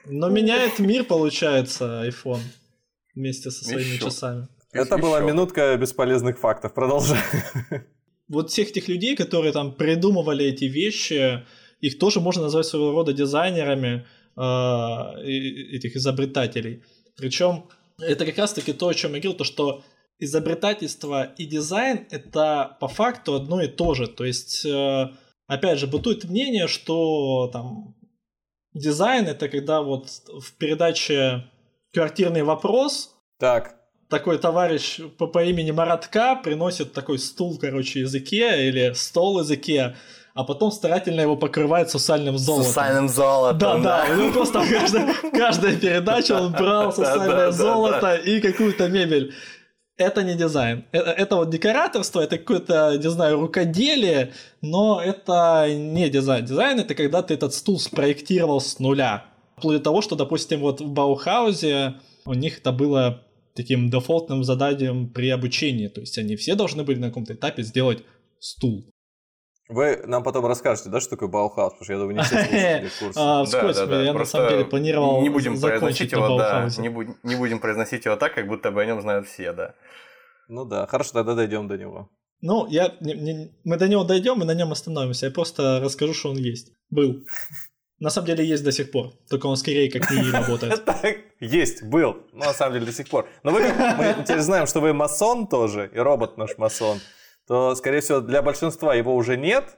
Но меняет мир, получается, iPhone вместе со своими Еще. часами. Это была минутка бесполезных фактов. Продолжай. Вот всех этих людей, которые там придумывали эти вещи, их тоже можно назвать своего рода дизайнерами, э, этих изобретателей. Причем это как раз-таки то, о чем я говорил, то что изобретательство и дизайн — это по факту одно и то же. То есть, э, опять же, бытует мнение, что там дизайн — это когда вот в передаче «Квартирный вопрос» Так. такой товарищ по, по имени Марат К. приносит такой стул, короче, из Икеа или стол из Икеа, а потом старательно его покрывает сусальным золотом. Сусальным золотом. Да, да, да. у него просто каждая, каждая передача он брал сусальное золото и какую-то мебель. Это не дизайн. Это, это вот декораторство, это какое-то, не знаю, рукоделие, но это не дизайн. Дизайн — это когда ты этот стул спроектировал с нуля. Вплоть до того, что, допустим, вот в Баухаузе у них это было таким дефолтным заданием при обучении. То есть они все должны были на каком-то этапе сделать стул. Вы нам потом расскажете, да, что такое Баухаус, потому что я думаю, не все слушатели в курсе. А, вскользь, Да, да, да. я на Просто самом деле планировал не будем закончить произносить на его, да, Баухаузе. не, будь- не будем произносить его так, как будто бы о нем знают все, да. Ну да, хорошо, тогда дойдем до него. Ну, я, не- не- мы до него дойдем и на нем остановимся. Я просто расскажу, что он есть. Был. На самом деле есть до сих пор. Только он скорее как НИИ работает. Так, есть, был. Ну, на самом деле, до сих пор. Но вы, как- мы теперь знаем, что вы масон тоже, и робот наш масон, то, скорее всего, для большинства его уже нет,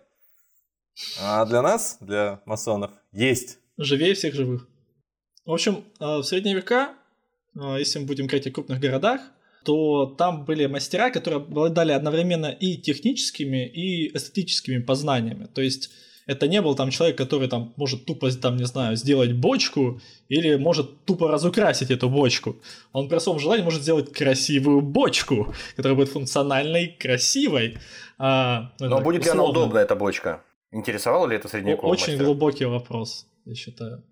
а для нас, для масонов, есть. Живее всех живых. В общем, э, в средние века, э, если мы будем говорить о крупных городах, то там были мастера, которые обладали одновременно и техническими, и эстетическими познаниями. То есть это не был там человек, который там может тупо, там, не знаю, сделать бочку или может тупо разукрасить эту бочку. Он при своем желании может сделать красивую бочку, которая будет функциональной, красивой. А, ну, Но так, будет ли она условно. удобна, эта бочка? Интересовало ли это средневекового Очень мастера? глубокий вопрос, я считаю.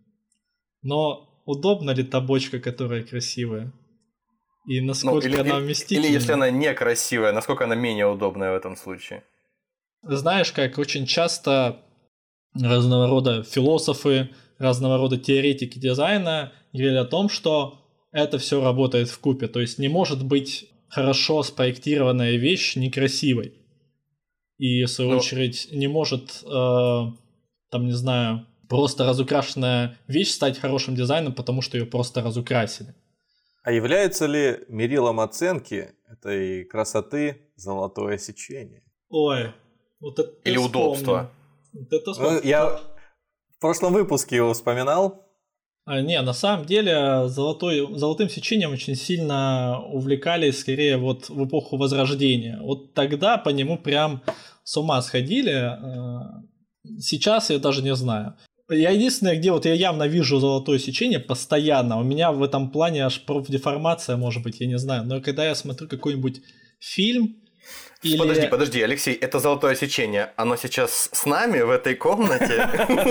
Но удобна ли та бочка, которая красивая? И Ну, насколько или, она или- вместительна? или если она некрасивая, насколько она менее удобная в этом случае? Знаешь, как очень часто разного рода философы, разного рода теоретики дизайна говорили о том, что это все работает вкупе. То есть не может быть хорошо спроектированная вещь некрасивой. И, в свою Ну. очередь, не может, э, там, не знаю, просто разукрашенная вещь стать хорошим дизайном, потому что ее просто разукрасили. А является ли мерилом оценки этой красоты золотое сечение? Ой, вот это ты Или вспомнил. удобство? Вот это Ну, вспомнил. я в прошлом выпуске его вспоминал. А, не, на самом деле золотой, золотым сечением очень сильно увлекались скорее вот в эпоху Возрождения. Вот тогда по нему прям с ума сходили. А, Сейчас я даже не знаю. Я единственное, где вот я явно вижу золотое сечение постоянно. У меня в этом плане аж профдеформация, может быть, я не знаю. Но когда я смотрю какой-нибудь фильм или... Подожди, подожди, Алексей, это золотое сечение, оно сейчас с нами в этой комнате?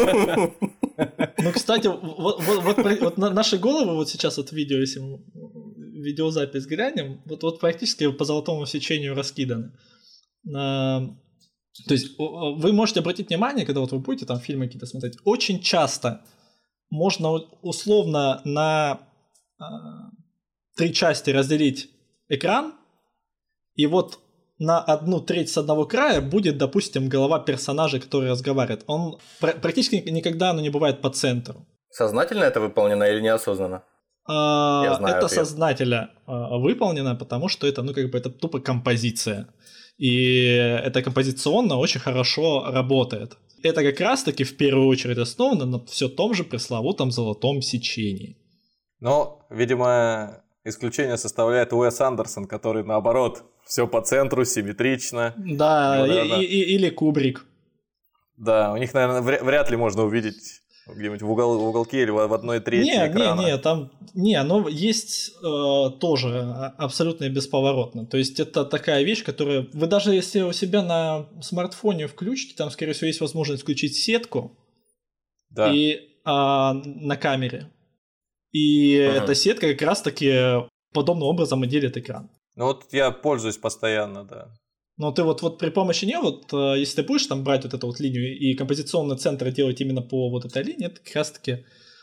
Ну, кстати, вот, вот- вот про- вот на- наши головы вот сейчас от видео, если мы видеозапись глянем, вот, вот практически по золотому сечению раскиданы. А, То есть о- вы можете обратить внимание, когда вот вы будете там фильмы какие-то смотреть, очень часто можно у- условно на а, три части разделить экран, и вот на одну треть с одного края будет, допустим, голова персонажа, который разговаривает. Он пр- практически никогда оно не бывает по центру. Сознательно это выполнено или неосознанно? А, Я знаю это ответ. сознательно а, выполнено, потому что это, ну, как бы, это тупо композиция. И это композиционно очень хорошо работает. Это как раз-таки в первую очередь основано на все том же пресловутом золотом сечении. Но, видимо, исключение составляет Уэс Андерсон, который, наоборот, все по центру, симметрично. Да, Ну, и- да, да. и- и- или Кубрик. Да, у них, наверное, вря- вряд ли можно увидеть где-нибудь в, угол- в уголке или в в одной трети Не, экрана. не, не, там, не, оно есть э, тоже а- абсолютно бесповоротно. То есть это такая вещь, которая, вы даже если у себя на смартфоне включите, там, скорее всего, есть возможность включить сетку Да. и а, на камере. И Ага. эта сетка как раз-таки подобным образом и делит экран. Ну вот я пользуюсь постоянно, да. Но ты вот, вот при помощи нее, вот, э, если ты будешь там брать вот эту вот линию и композиционный центр делать именно по вот этой линии, это как раз-таки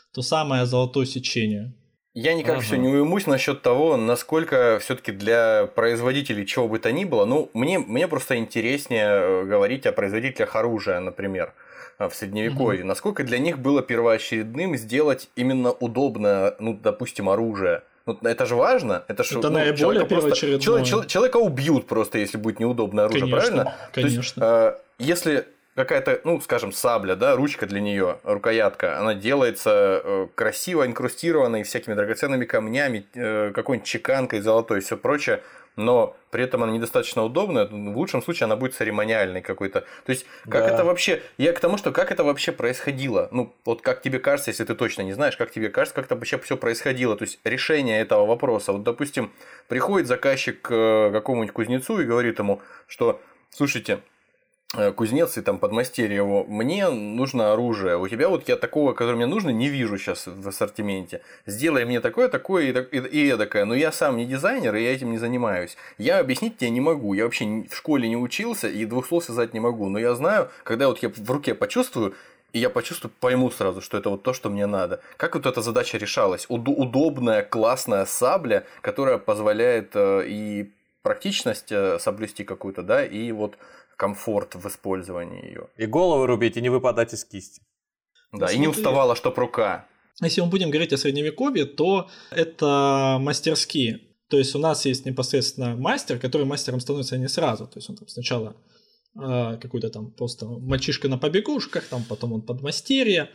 то самое золотое сечение. Я никак Ага. все не уймусь насчет того, насколько все-таки для производителей чего бы то ни было. Ну, мне, мне просто интереснее говорить о производителях оружия, например, в Средневековье. Насколько для них было первоочередным сделать именно удобное, ну, допустим, оружие. Ну, это же важно. Это, ж, Это ну, наиболее человека просто- первоочередное. чело- чело- Человека убьют просто, если будет неудобное оружие, Конечно, правильно? То есть, конечно. э, если какая-то, ну, скажем, сабля, да, ручка для нее, рукоятка, она делается э, красиво инкрустированной всякими драгоценными камнями, э, какой-нибудь чеканкой золотой и все прочее, но при этом она недостаточно удобная, в лучшем случае она будет церемониальной какой-то. То есть, как Да. это вообще, я к тому, что как это вообще происходило, ну, вот как тебе кажется, если ты точно не знаешь, как тебе кажется, как это вообще все происходило, то есть, решение этого вопроса, вот, допустим, приходит заказчик к какому-нибудь кузнецу и говорит ему, что, слушайте, кузнец и там подмастерье его, мне нужно оружие, у тебя вот я такого, который мне нужно, не вижу сейчас в ассортименте, сделай мне такое, такое и, так- и, и эдакое, но я сам не дизайнер, и я этим не занимаюсь, я объяснить тебе не могу, я вообще в школе не учился и двух слов связать не могу, но я знаю, когда вот я в руке почувствую, и я почувствую, пойму сразу, что это вот то, что мне надо. Как вот эта задача решалась? Уд- удобная, классная сабля, которая позволяет э, и практичность э, соблюсти какую-то, да, и вот комфорт в использовании ее. И головы рубить, и не выпадать из кисти. Да, Ну, и не смотри. уставала, чтоб рука. Если мы будем говорить о Средневековье, то это мастерские. То есть у нас есть непосредственно мастер, который мастером становится не сразу. То есть он там сначала э, какой-то там просто мальчишка на побегушках, там потом он подмастерье,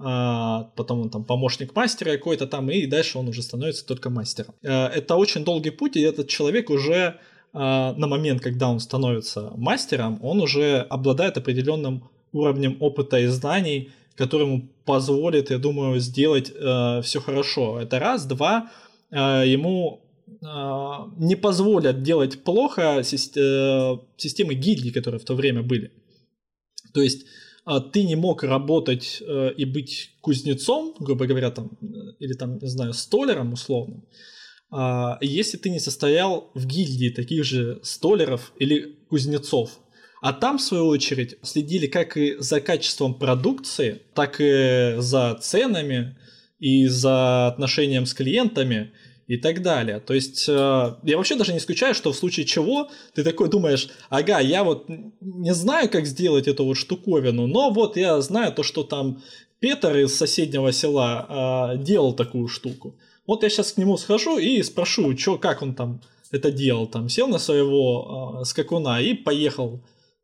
а, потом он там помощник мастера какой-то там, и дальше он уже становится только мастером. Э, это очень долгий путь, и этот человек уже э, на момент, когда он становится мастером, он уже обладает определенным уровнем опыта и знаний, который ему позволит, я думаю, сделать э, все хорошо. Это раз. Два, э, ему э, не позволят делать плохо сис- э, системы гильдий, которые в то время были. То есть э, ты не мог работать э, и быть кузнецом, грубо говоря, там, э, или там, не знаю, столяром условным, э, если ты не состоял в гильдии таких же столяров или кузнецов. А там, в свою очередь, следили как и за качеством продукции, так и за ценами, и за отношением с клиентами и так далее. То есть э, я вообще даже не исключаю, что в случае чего ты такой думаешь, ага, я вот не знаю, как сделать эту вот штуковину, но вот я знаю то, что там Петр из соседнего села э, делал такую штуку. Вот я сейчас к нему схожу и спрошу, чё, как он там это делал. Там сел на своего э, скакуна и поехал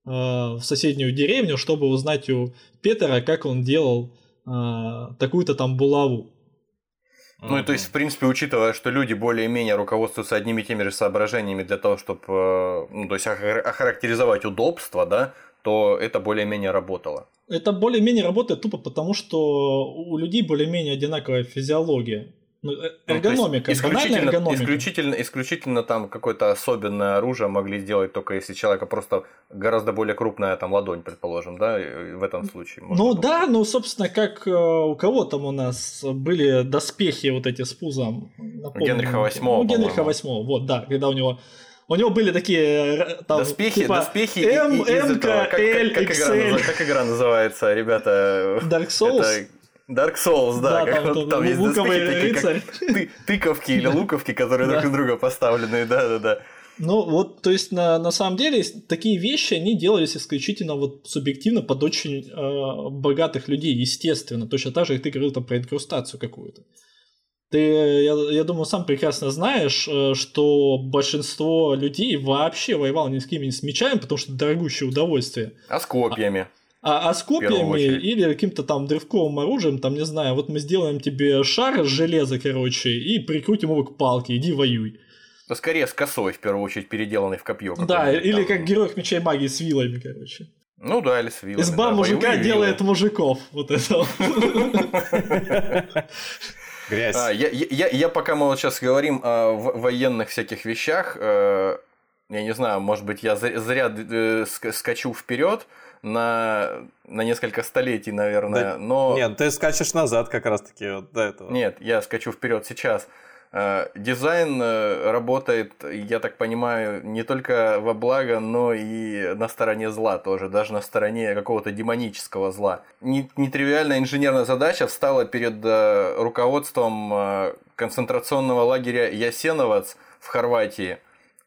в соседнюю деревню, чтобы узнать у Петра, как он делал э, такую-то там булаву. Ну и то есть, в принципе, учитывая, что люди более-менее руководствуются одними и теми же соображениями для того, чтобы, ну, то есть охарактеризовать удобство, да, то это более-менее работало. Это более-менее работает тупо потому, что у людей более-менее одинаковая физиология. Ну, эргономика, ну, банальная исключительно, эргономика. исключительно, исключительно там какое-то особенное оружие могли сделать только если человека просто гораздо более крупная там ладонь, предположим, да, в этом случае. Ну быть. да, ну собственно, как у кого там у нас были доспехи вот эти с пузом. Напомню, Генриха восьмого, Ну, Генриха по-моему. восьмого, вот, да, когда у него... У него были такие там, Доспехи, типа доспехи М, и- и- из М, этого. Как, L, как- как игра, икс эль. назыв- как игра называется, ребята? Dark Souls? Это Dark Souls, да. Да, как там вот вот там есть луковый доспехи такие, рыцарь. как ты- тыковки или луковки, которые друг Да. на друга поставлены, да-да-да. Ну, вот, то есть, на, на самом деле, с- такие вещи, они делались исключительно вот субъективно под очень э, богатых людей, естественно. Точно так же, как ты говорил там про инкрустацию какую-то. Ты, я, я думаю, сам прекрасно знаешь, э, что большинство людей вообще воевало ни с кем, ни с мечами, потому что дорогущее удовольствие. А с копьями? А, а с первую копьями очередь. или каким-то там древковым оружием, там, не знаю, вот мы сделаем тебе шар из железа, короче, и прикрутим его к палке, иди воюй. Да скорее с косой, в первую очередь, переделанной в копье. Да, или как герой меча и магии с вилами, короче. Ну да, или с вилами. Изба да, мужика боевые делает вилы. мужиков. Вот это. Грязь. А, я, я, я пока мы вот сейчас говорим о в- военных всяких вещах, э, я не знаю, может быть, я зря, зря э, ска- скачу вперед на, на несколько столетий, наверное, Да, но... Нет, ты скачешь назад как раз-таки вот до этого. Нет, я скачу вперед сейчас. Дизайн работает, я так понимаю, не только во благо, но и на стороне зла тоже, даже на стороне какого-то демонического зла. Нетривиальная инженерная задача встала перед руководством концентрационного лагеря Ясеновац в Хорватии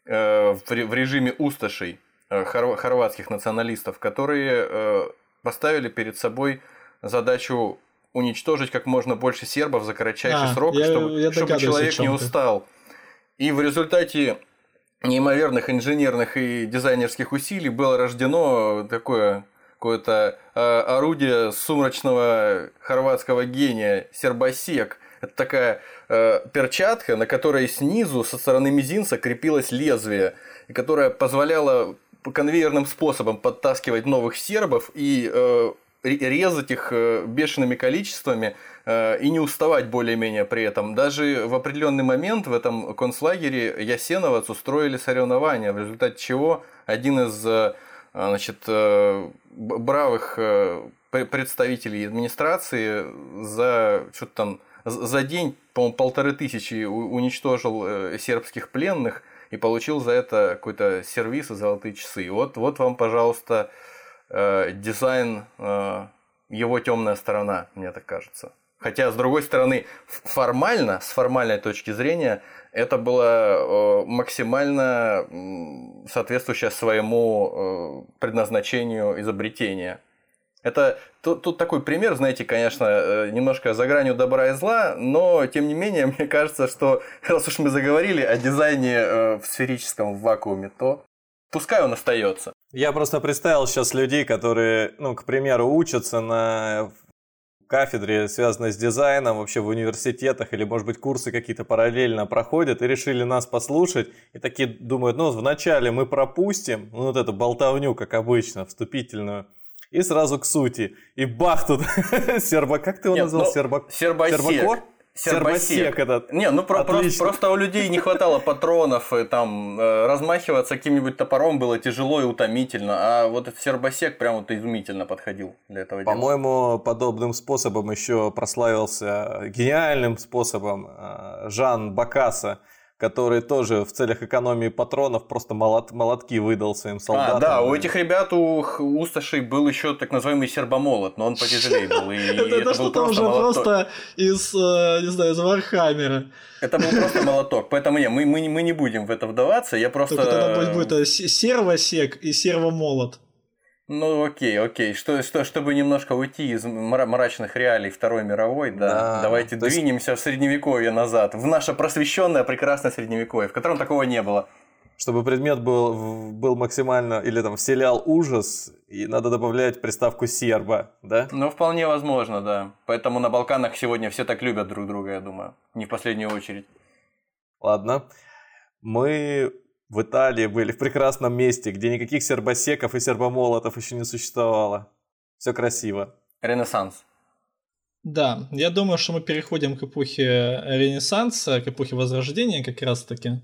в режиме усташей хорватских националистов, которые поставили перед собой задачу уничтожить как можно больше сербов за кратчайший а, срок, я, чтобы, я чтобы человек не устал. И в результате неимоверных инженерных и дизайнерских усилий было рождено такое какое-то орудие сумрачного хорватского гения сербосек. Это такая э, перчатка, на которой снизу со стороны мизинца крепилось лезвие, и которая позволяла конвейерным способом подтаскивать новых сербов и э, резать их бешеными количествами э, и не уставать более-менее при этом. Даже в определенный момент в этом концлагере Ясеновац устроили соревнования, в результате чего один из э, значит, э, бравых э, представителей администрации за что-то там за день, по-моему, полторы тысячи уничтожил э, сербских пленных и получил за это какой-то сервиз и золотые часы. Вот, вот вам, пожалуйста, дизайн, его темная сторона, мне так кажется. Хотя, с другой стороны, формально, с формальной точки зрения, это было максимально соответствующее своему предназначению изобретение. Это тут, тут такой пример, знаете, конечно, немножко за гранью добра и зла, но, тем не менее, мне кажется, что раз уж мы заговорили о дизайне в сферическом вакууме, то пускай он остается. Я просто представил сейчас людей, которые, ну, к примеру, учатся на кафедре, связанной с дизайном, вообще в университетах, или, может быть, курсы какие-то параллельно проходят, и решили нас послушать, и такие думают, ну, вначале мы пропустим, ну, вот эту болтовню, как обычно, вступительную, и сразу к сути. И бах тут сербак, как ты его назвал? Ну, Сербак... Сербосек. Сербакор? Сербосек этот. Не, ну про, просто, просто у людей не хватало патронов, и там э, размахиваться каким-нибудь топором было тяжело и утомительно, а вот этот сербосек прям вот изумительно подходил для этого дела. По-моему, подобным способом еще прославился, гениальным способом, Жан Бакаса, который тоже в целях экономии патронов просто молот, молотки выдал своим солдатам. А, да, у этих ребят, у усташей был еще так называемый сербомолот, но он потяжелее был. Это что-то уже просто из, не знаю, из Вархаммера. Это был просто молоток, поэтому не, мы, мы, мы не будем в это вдаваться, я просто... Только тогда будет сервосек и сервомолот. Ну окей, окей, что, что, чтобы немножко уйти из мрачных реалий Второй мировой, да, да давайте двинемся есть... в Средневековье назад, в наше просвещенное прекрасное Средневековье, в котором такого не было. Чтобы предмет был, был максимально, или там вселял ужас, и надо добавлять приставку серба, да? Ну, вполне возможно, да. Поэтому на Балканах сегодня все так любят друг друга, я думаю, не в последнюю очередь. Ладно, мы... В Италии были, в прекрасном месте, где никаких сербосеков и сербомолотов еще не существовало. Все красиво. Ренессанс. Да, я думаю, что мы переходим к эпохе Ренессанса, к эпохе Возрождения как раз-таки.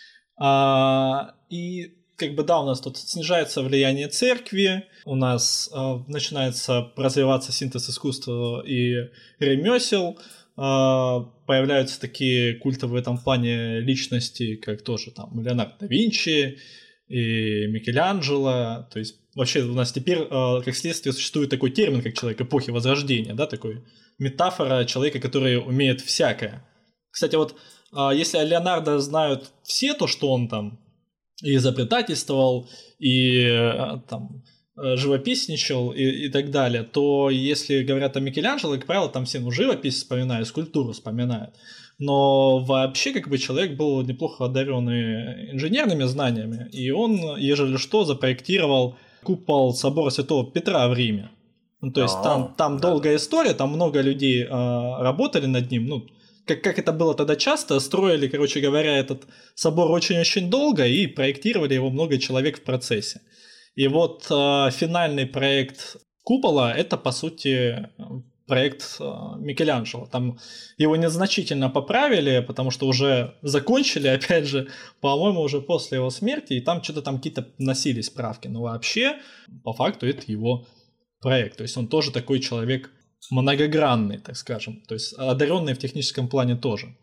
А, и как бы да, у нас тут снижается влияние церкви, у нас а, начинается развиваться синтез искусства и ремесел, появляются такие культовые в этом плане личности, как тоже там Леонардо да Винчи и Микеланджело. То есть вообще у нас теперь, как следствие, существует такой термин, как человек эпохи Возрождения, да, такой метафора человека, который умеет всякое. Кстати, вот если о Леонардо знают все то, что он там и изобретательствовал, и там живописничал и, и так далее, то если говорят о Микеланджело, как правило, там все ну, живопись вспоминают, скульптуру вспоминают. Но вообще, как бы, человек был неплохо одаренный инженерными знаниями, и он, ежели что, запроектировал купол собора Святого Петра в Риме. Ну, то есть там, там да. долгая история, там много людей а, работали над ним, ну, как, как это было тогда часто, строили, короче говоря, этот собор очень-очень долго и проектировали его много человек в процессе. И вот э, финальный проект купола – это, по сути, проект э, Микеланджело. Там его незначительно поправили, потому что уже закончили, опять же, по-моему, уже после его смерти, и там что-то там какие-то носились правки. Но вообще, по факту, это его проект. То есть он тоже такой человек многогранный, так скажем. То есть одаренный в техническом плане тоже.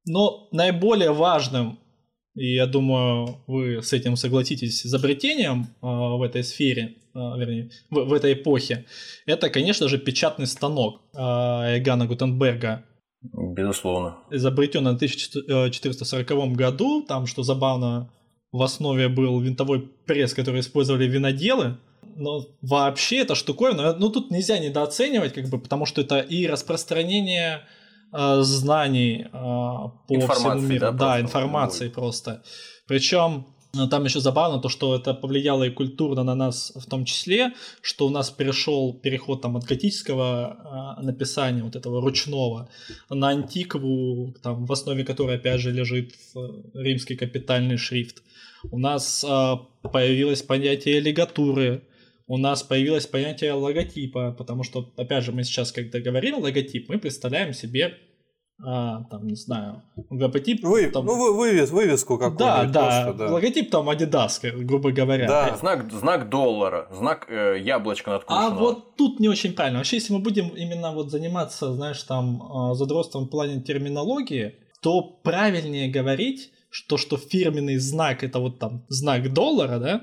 Но наиболее важным, и я думаю, вы с этим согласитесь, изобретением э, в этой сфере, э, вернее, в, в этой эпохе, это, конечно же, печатный станок э, Иоганна Гутенберга. Безусловно. Изобретен в тысяча четыреста сороковом году. Там, что забавно, в основе был винтовой пресс, который использовали виноделы. Но вообще эта штуковина, ну тут нельзя недооценивать, как бы, потому что это и распространение э, знаний э, по информации, всему миру. да, Да, просто информации просто. Причем там еще забавно то, что это повлияло и культурно на нас в том числе, что у нас перешел переход там, от готического э, написания, вот этого ручного, на антикву, там, в основе которой опять же лежит римский капитальный шрифт. У нас э, появилось понятие лигатуры, у нас появилось понятие логотипа, потому что, опять же, мы сейчас, когда говорим логотип, мы представляем себе, а, там, не знаю, логотип... Вы, там... Ну, вывес, вывеску какую-нибудь. Да, просто, да, да, логотип там Adidas, грубо говоря. Да. Знак, знак доллара, знак э, яблочка надкушенного. А вот тут не очень правильно. Вообще, если мы будем именно вот заниматься, знаешь, там, задротством в плане терминологии, то правильнее говорить, что, что фирменный знак — это вот там знак доллара, да?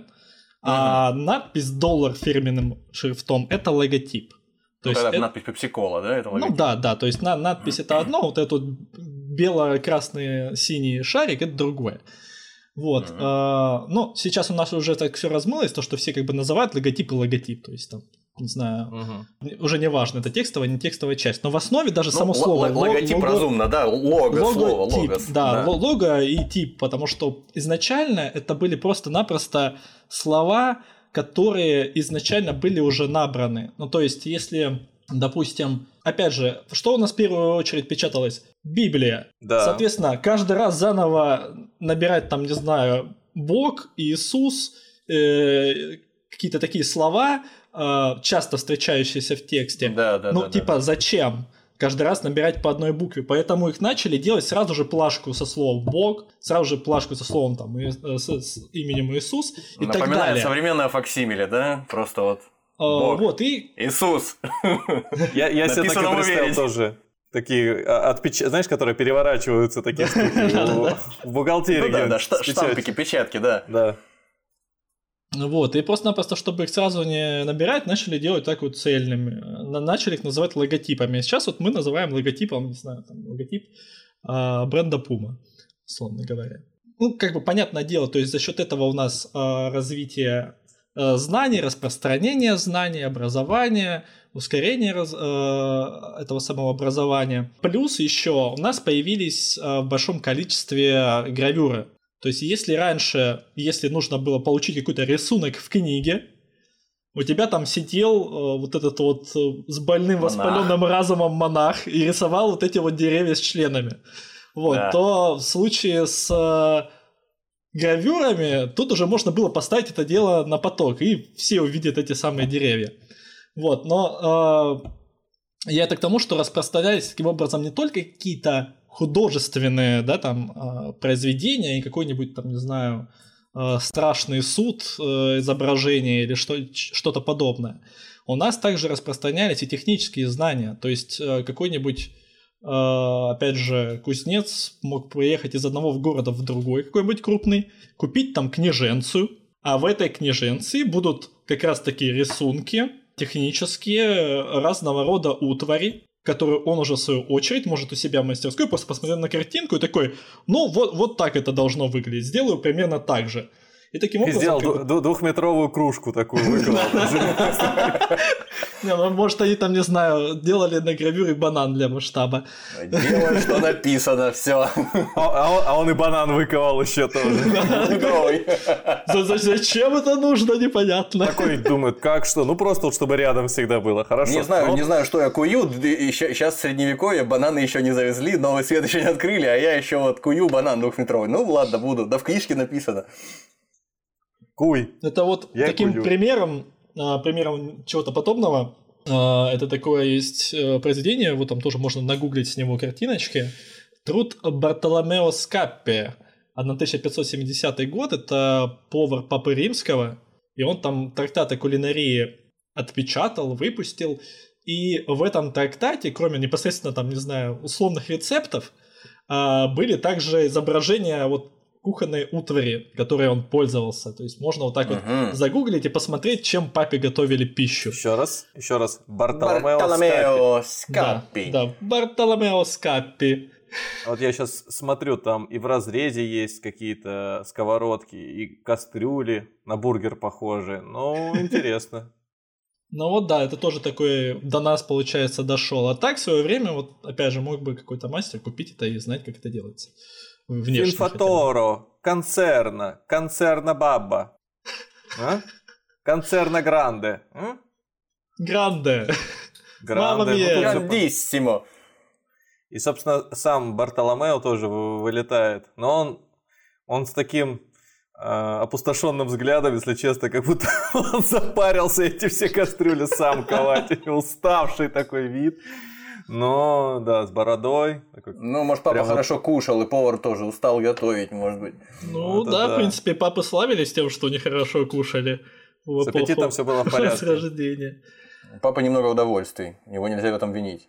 А uh-huh. надпись «доллар» фирменным шрифтом — это логотип. То ну, есть когда это... надпись Пепси-кола, да? Это логотип. Ну да, да, то есть на, надпись это одно, вот этот бело-красный синий шарик это другое. Вот. Uh-huh. А, но сейчас у нас уже так все размылось, то, что все как бы называют логотип и логотип. То есть там, не знаю, uh-huh. уже не важно, это текстовая, не текстовая часть. Но в основе даже ну, само л- слово... Л- логотип лого, разумно, да, лого, лого, слово, тип, логос. Да, да. лого и тип, потому что изначально это были просто-напросто слова, которые изначально были уже набраны. Ну, то есть, если, допустим, опять же, что у нас в первую очередь печаталось? Библия. Да. Соответственно, каждый раз заново набирать, там, не знаю, Бог, Иисус, э, какие-то такие слова, э, часто встречающиеся в тексте. Да, да, ну, да, типа, да. зачем? Каждый раз набирать по одной букве. Поэтому их начали делать сразу же плашку со словом «Бог», сразу же плашку со словом там, с, с именем Иисус и так далее. Напоминает современное факсимиле, да? Просто вот Бог. Вот, и... Иисус. Я, я себе так и представил тоже. Такие, отпеч... знаешь, которые переворачиваются, такие штуки в бухгалтерии. Ну да, да, штампики, печатки, да. Да. Вот, и просто-напросто, чтобы их сразу не набирать, начали делать так вот цельными. Начали их называть логотипами. Сейчас вот мы называем логотипом, не знаю, там, логотип а, бренда Puma, условно говоря. Ну, как бы понятное дело, то есть за счет этого у нас а, развитие а, знаний, распространение знаний, образование, ускорение раз, а, этого самого образования. Плюс еще у нас появились а, в большом количестве гравюры. То есть, если раньше, если нужно было получить какой-то рисунок в книге, у тебя там сидел э, вот этот вот э, с больным монах. Воспаленным разумом монах и рисовал вот эти вот деревья с членами. Вот, да. То в случае с э, гравюрами тут уже можно было поставить это дело на поток, и все увидят эти самые деревья. Вот, но э, я это к тому, что распространялись таким образом не только какие-то художественные, да, там, произведения и какой-нибудь, там, не знаю, страшный суд изображения или что- что-то подобное. У нас также распространялись и технические знания, то есть какой-нибудь, опять же, кузнец мог приехать из одного города в другой, какой-нибудь крупный, купить там книженцию, а в этой книженции будут как раз-таки рисунки технические, разного рода утвари, которую он уже в свою очередь может у себя в мастерской просто посмотреть на картинку и такой, ну вот, вот так это должно выглядеть, сделаю примерно так же. И таким образом... Сделал как... д- двухметровую кружку такую выколол. Не, ну, может, они там, не знаю, делали на гравюре банан для масштаба. Делай, что написано, все. А он и банан выковал еще тоже. Зачем это нужно, непонятно. Такой думает, как что? Ну, просто чтобы рядом всегда было, хорошо. Не знаю, не знаю, что я кую. Сейчас в средневековье бананы еще не завезли, новый свет еще не открыли, а я еще вот кую банан двухметровый. Ну, ладно, буду. Да в книжке написано. Куй. Это вот я таким кую. примером, примером чего-то подобного, это такое есть произведение, вот там тоже можно нагуглить с него картиночки. Труд Бартоломео Скаппи, тысяча пятьсот семидесятый год, это повар Папы Римского, и он там трактаты кулинарии отпечатал, выпустил, и в этом трактате, кроме непосредственно там, не знаю, условных рецептов, были также изображения вот кухонной утвари, которой он пользовался. То есть можно вот так uh-huh. вот загуглить и посмотреть, чем папе готовили пищу. Еще раз, еще раз. Бартоломео, Бартоломео Скаппи. Да, да, Бартоломео Скаппи. Вот я сейчас смотрю, там и в разрезе есть какие-то сковородки, и кастрюли на бургер похожие. Ну, интересно. Ну вот да, это тоже такой до нас, получается, дошел. А так в свое время, вот опять же, мог бы какой-то мастер купить это и знать, как это делается. Фильфаторо, концерна, концерна баба. А? Концерна гранде. А? Гранде. Гранде. Грандиссимо. И, собственно, сам Бартоломео тоже вылетает. Но он, он с таким э, опустошенным взглядом, если честно, как будто он запарился эти все кастрюли сам ковать. Уставший такой вид. Но, да, с бородой. Такой, ну, может, папа хорошо вот... кушал, и повар тоже устал готовить, может быть. Ну, да, да, в принципе, папы славились тем, что они хорошо кушали. С аппетитом все было в порядке. С рождения. Папа немного удовольствий, его нельзя в этом винить.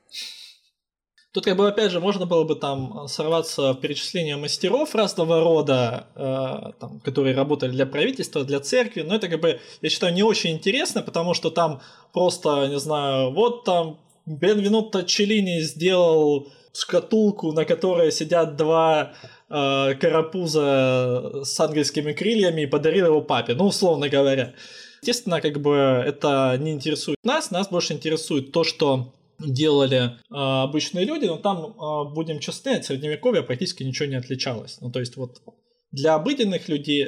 Тут, как бы, опять же, можно было бы там сорваться в перечисление мастеров разного рода, э, там, которые работали для правительства, для церкви, но это, как бы, я считаю, не очень интересно, потому что там просто, не знаю, вот там Бенвенуто Челлини сделал шкатулку, на которой сидят два э, карапуза с ангельскими крыльями, и подарил его папе, ну, условно говоря. Естественно, как бы, это не интересует нас, нас больше интересует то, что делали э, обычные люди, но там, э, будем честны, от средневековья практически ничего не отличалось. Ну, то есть, вот для обыденных людей, э,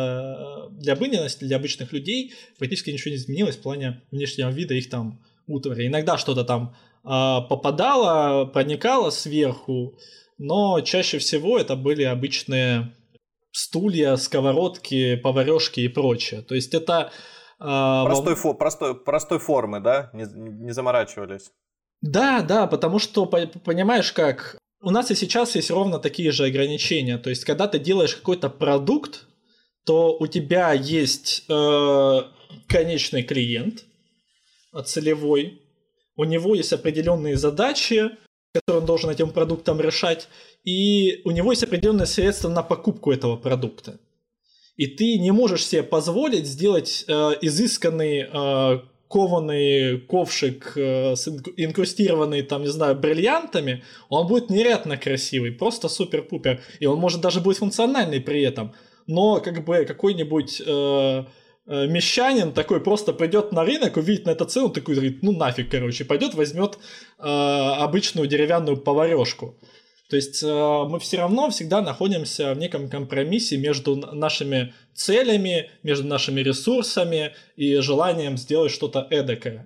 для обыденности, для обычных людей практически ничего не изменилось в плане внешнего вида их там утвари. Иногда что-то там э, попадало, проникало сверху, но чаще всего это были обычные стулья, сковородки, поварёшки и прочее. То есть это... Э, простой, фо- простой, простой формы, да? Не, не заморачивались. Да, да, потому что, понимаешь, как... У нас и сейчас есть ровно такие же ограничения. То есть, когда ты делаешь какой-то продукт, то у тебя есть э, конечный клиент, целевой, у него есть определенные задачи, которые он должен этим продуктом решать, и у него есть определенные средства на покупку этого продукта. И ты не можешь себе позволить сделать э, изысканный э, кованый ковшик, э, с инкрустированный, там, не знаю, бриллиантами, он будет невероятно красивый, просто супер-пупер, и он может даже быть функциональный при этом, но как бы какой-нибудь... Э, мещанин такой просто придет на рынок, увидит на это цену, такой говорит, ну нафиг, короче, пойдет возьмет э, обычную деревянную поварешку. То есть э, мы все равно всегда находимся в неком компромиссе между нашими целями, между нашими ресурсами и желанием сделать что-то эдакое.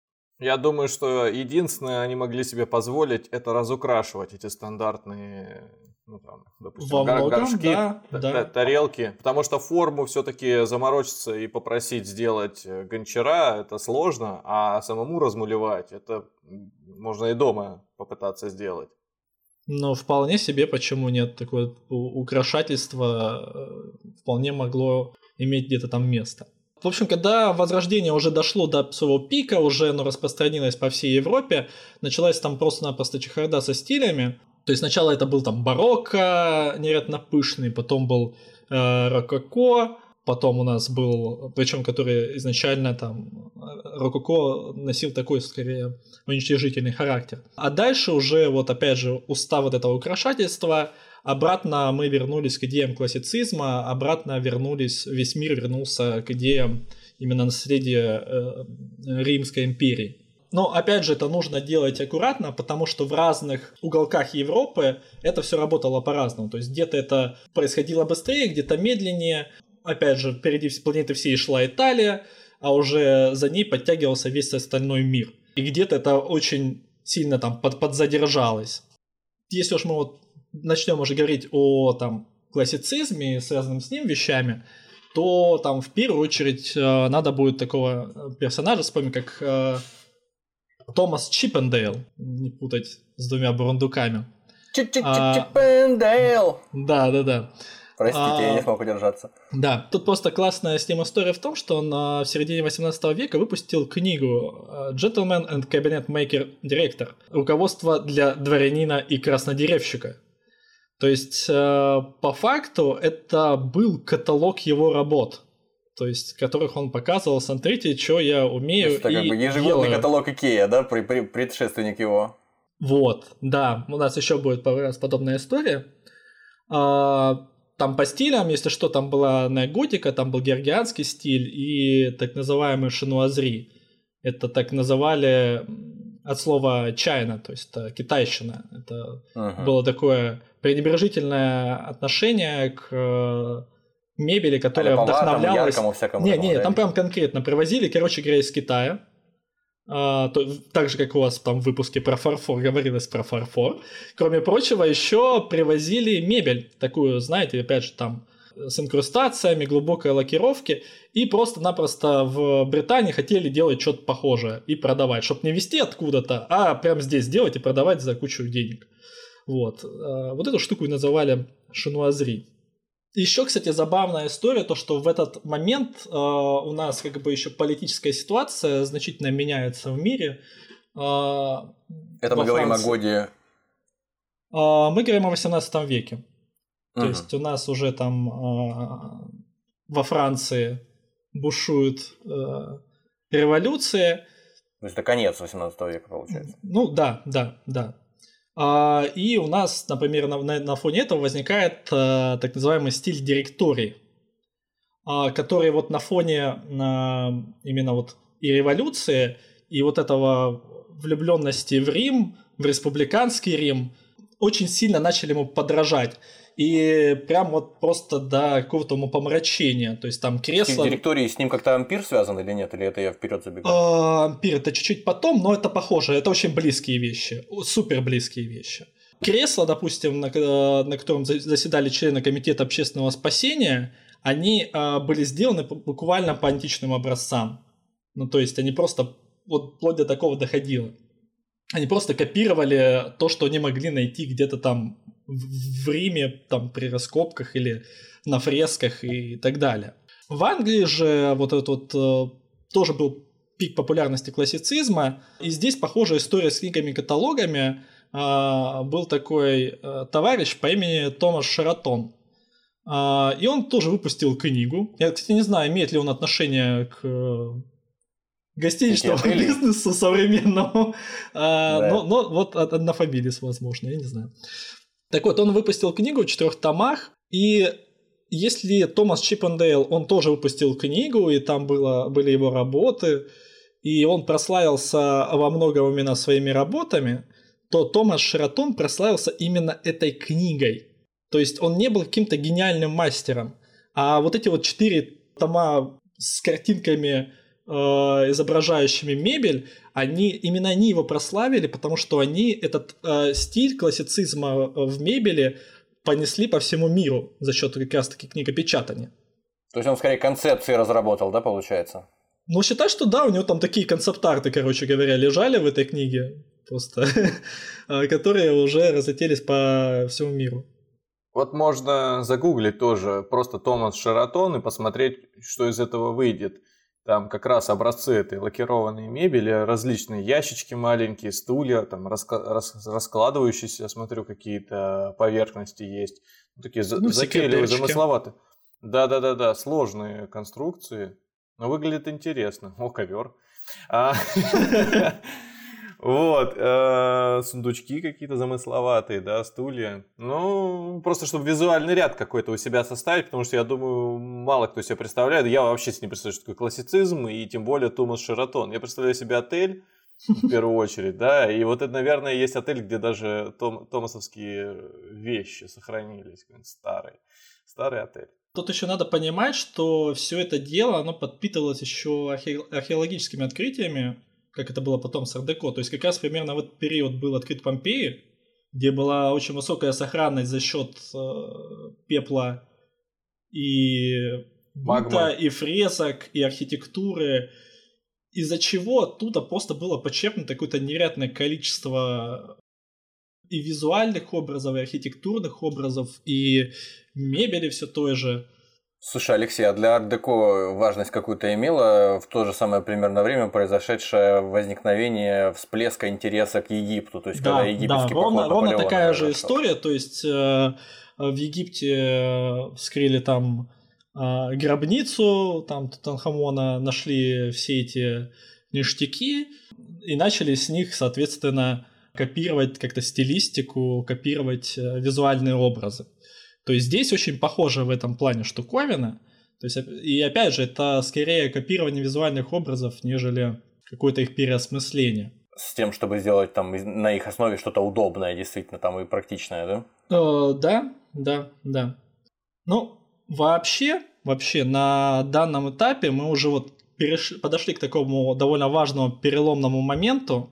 Я думаю, что единственное, они могли себе позволить, это разукрашивать эти стандартные, ну, там, допустим, Во многом, горшки, да, т- да. тарелки. Потому что форму все-таки заморочиться и попросить сделать гончара, это сложно, а самому размулевать, это можно и дома попытаться сделать. Но вполне себе, почему нет, такое украшательство вполне могло иметь где-то там место. В общем, когда Возрождение уже дошло до своего пика, уже оно распространилось по всей Европе, началась там просто-напросто чехарда со стилями. То есть сначала это был там барокко, невероятно пышный, потом был э, рококо, потом у нас был, причем который изначально там рококо носил такой скорее уничтожительный характер. А дальше уже вот опять же устав вот этого украшательства, обратно мы вернулись к идеям классицизма, обратно вернулись, весь мир вернулся к идеям именно наследия э, Римской империи. Но опять же это нужно делать аккуратно, потому что в разных уголках Европы это все работало по-разному. То есть где-то это происходило быстрее, где-то медленнее. Опять же, впереди планеты всей шла Италия, а уже за ней подтягивался весь остальной мир. И где-то это очень сильно там под, подзадержалось. Если уж мы вот начнем уже говорить о там, классицизме и связанным с ним вещами, то там в первую очередь э, надо будет такого персонажа вспомнить, как э, Томас Чиппендейл, не путать с двумя бурундуками. Чиппендейл! Да, да, да. Простите, а, я не смог удержаться. Да, тут просто классная с ним история в том, что он а, в середине восемнадцатого века выпустил книгу «Gentleman and Cabinet Maker Director. Руководство для дворянина и краснодеревщика». То есть, э, по факту, это был каталог его работ, то есть, которых он показывал, смотрите, что я умею. Это и как бы ежегодный делаю. каталог Икея, да, при, при, предшественник его. Вот, да, у нас еще будет пару раз подобная история. А, там по стилям, если что, там была неоготика, там был георгианский стиль и так называемый шинуазри. Это так называли от слова чайна, то есть это китайщина. Это uh-huh. было такое пренебрежительное отношение к мебели, которая вдохновлялась... Яркому, всякому не, такому, не, да? там прям конкретно привозили, короче говоря, из Китая. А, то, так же, как у вас там в выпуске про фарфор говорилось про фарфор. Кроме прочего, еще привозили мебель, такую, знаете, опять же, там с инкрустациями, глубокой лакировки, и просто-напросто в Британии хотели делать что-то похожее и продавать, чтобы не везти откуда-то, а прямо здесь делать и продавать за кучу денег. Вот, вот эту штуку и называли шинуазри. Еще, кстати, забавная история, то, что в этот момент э, у нас как бы еще политическая ситуация значительно меняется в мире. Э, Это мы говорим о годе... Э, мы говорим о восемнадцатом веке. То uh-huh. есть у нас уже там э, во Франции бушует э, революция. То есть это конец восемнадцатого века, получается. Ну да, да, да. И у нас, например, на, на, на фоне этого возникает а, так называемый стиль директорий, а, который вот на фоне а, именно вот и революции, и вот этого влюбленности в Рим, в республиканский Рим, очень сильно начали ему подражать. И прям вот просто до какого-то умопомрачения. То есть там кресло... Стиль директории, с ним как-то ампир связан или нет? Или это я вперед забегаю? А, ампир это чуть-чуть потом, но это похоже. Это очень близкие вещи. Супер близкие вещи. Кресло, допустим, на, на котором заседали члены комитета общественного спасения, они а, были сделаны буквально по античным образцам. Ну, то есть они просто... Вот вплоть до такого доходило. Они просто копировали то, что они могли найти где-то там в Риме, там при раскопках или на фресках и так далее. В Англии же вот этот вот э, тоже был пик популярности классицизма, и здесь похожая история с книгами-каталогами. Э, был такой э, товарищ по имени Томас Шератон, э, и он тоже выпустил книгу. Я, кстати, не знаю, имеет ли он отношение к э, гостиничному бизнесу современному, э, да. но, но вот однофамилец, возможно, я не знаю. Так вот, он выпустил книгу в четырех томах, и если Томас Чиппендейл, он тоже выпустил книгу, и там было, были его работы, и он прославился во многом именно своими работами, то Томас Шератон прославился именно этой книгой. То есть он не был каким-то гениальным мастером, а вот эти вот четыре тома с картинками, э, изображающими мебель, они, именно они его прославили, потому что они этот э, стиль классицизма в мебели понесли по всему миру за счет как раз-таки книгопечатания. То есть он скорее концепции разработал, да, получается? Ну, считай, что да, у него там такие концепт-арты, короче говоря, лежали в этой книге, просто, которые уже разлетелись по всему миру. Вот можно загуглить тоже просто Томас Шератон и посмотреть, что из этого выйдет. Там как раз образцы этой лакированной мебели, различные ящички маленькие, стулья, там раска- рас- раскладывающиеся, я смотрю, какие-то поверхности есть. Такие ну, затейливые, замысловатые. Да-да-да-да, сложные конструкции, но выглядит интересно. О, ковер. Вот, сундучки какие-то замысловатые, да, стулья. Ну, просто чтобы визуальный ряд какой-то у себя составить, потому что я думаю, мало кто себе представляет. Я вообще себе не представляю, что такое классицизм, и тем более Томас Шератон. Я представляю себе отель, в первую очередь, да, и вот это, наверное, есть отель, где даже том, томасовские вещи сохранились, какой-нибудь старый, старый отель. Тут еще надо понимать, что все это дело, оно подпитывалось еще архе- археологическими открытиями, как это было потом с ар-деко. То есть как раз примерно в этот период был открыт Помпеи, где была очень высокая сохранность за счет э, пепла и быта, и фресок, и архитектуры, из-за чего оттуда просто было почерпнуто какое-то невероятное количество и визуальных образов, и архитектурных образов, и мебели все той же. Слушай, Алексей, а для арт-деко важность какую-то имела в то же самое примерно время произошедшее возникновение всплеска интереса к Египту, то есть Да, когда египетский да, ровно, поход ровно Наполеона такая же произошел. история, то есть э, в Египте э, вскрыли там э, гробницу, там Тутанхамона, нашли все эти ништяки и начали с них, соответственно, копировать как-то стилистику, копировать э, визуальные образы. То есть здесь очень похоже в этом плане штуковина. То есть, и опять же, это скорее копирование визуальных образов, нежели какое-то их переосмысление. С тем, чтобы сделать там на их основе что-то удобное, действительно, там и практичное, да? Э, да, да, да. Ну, вообще, вообще на данном этапе мы уже вот переш... подошли к такому довольно важному переломному моменту.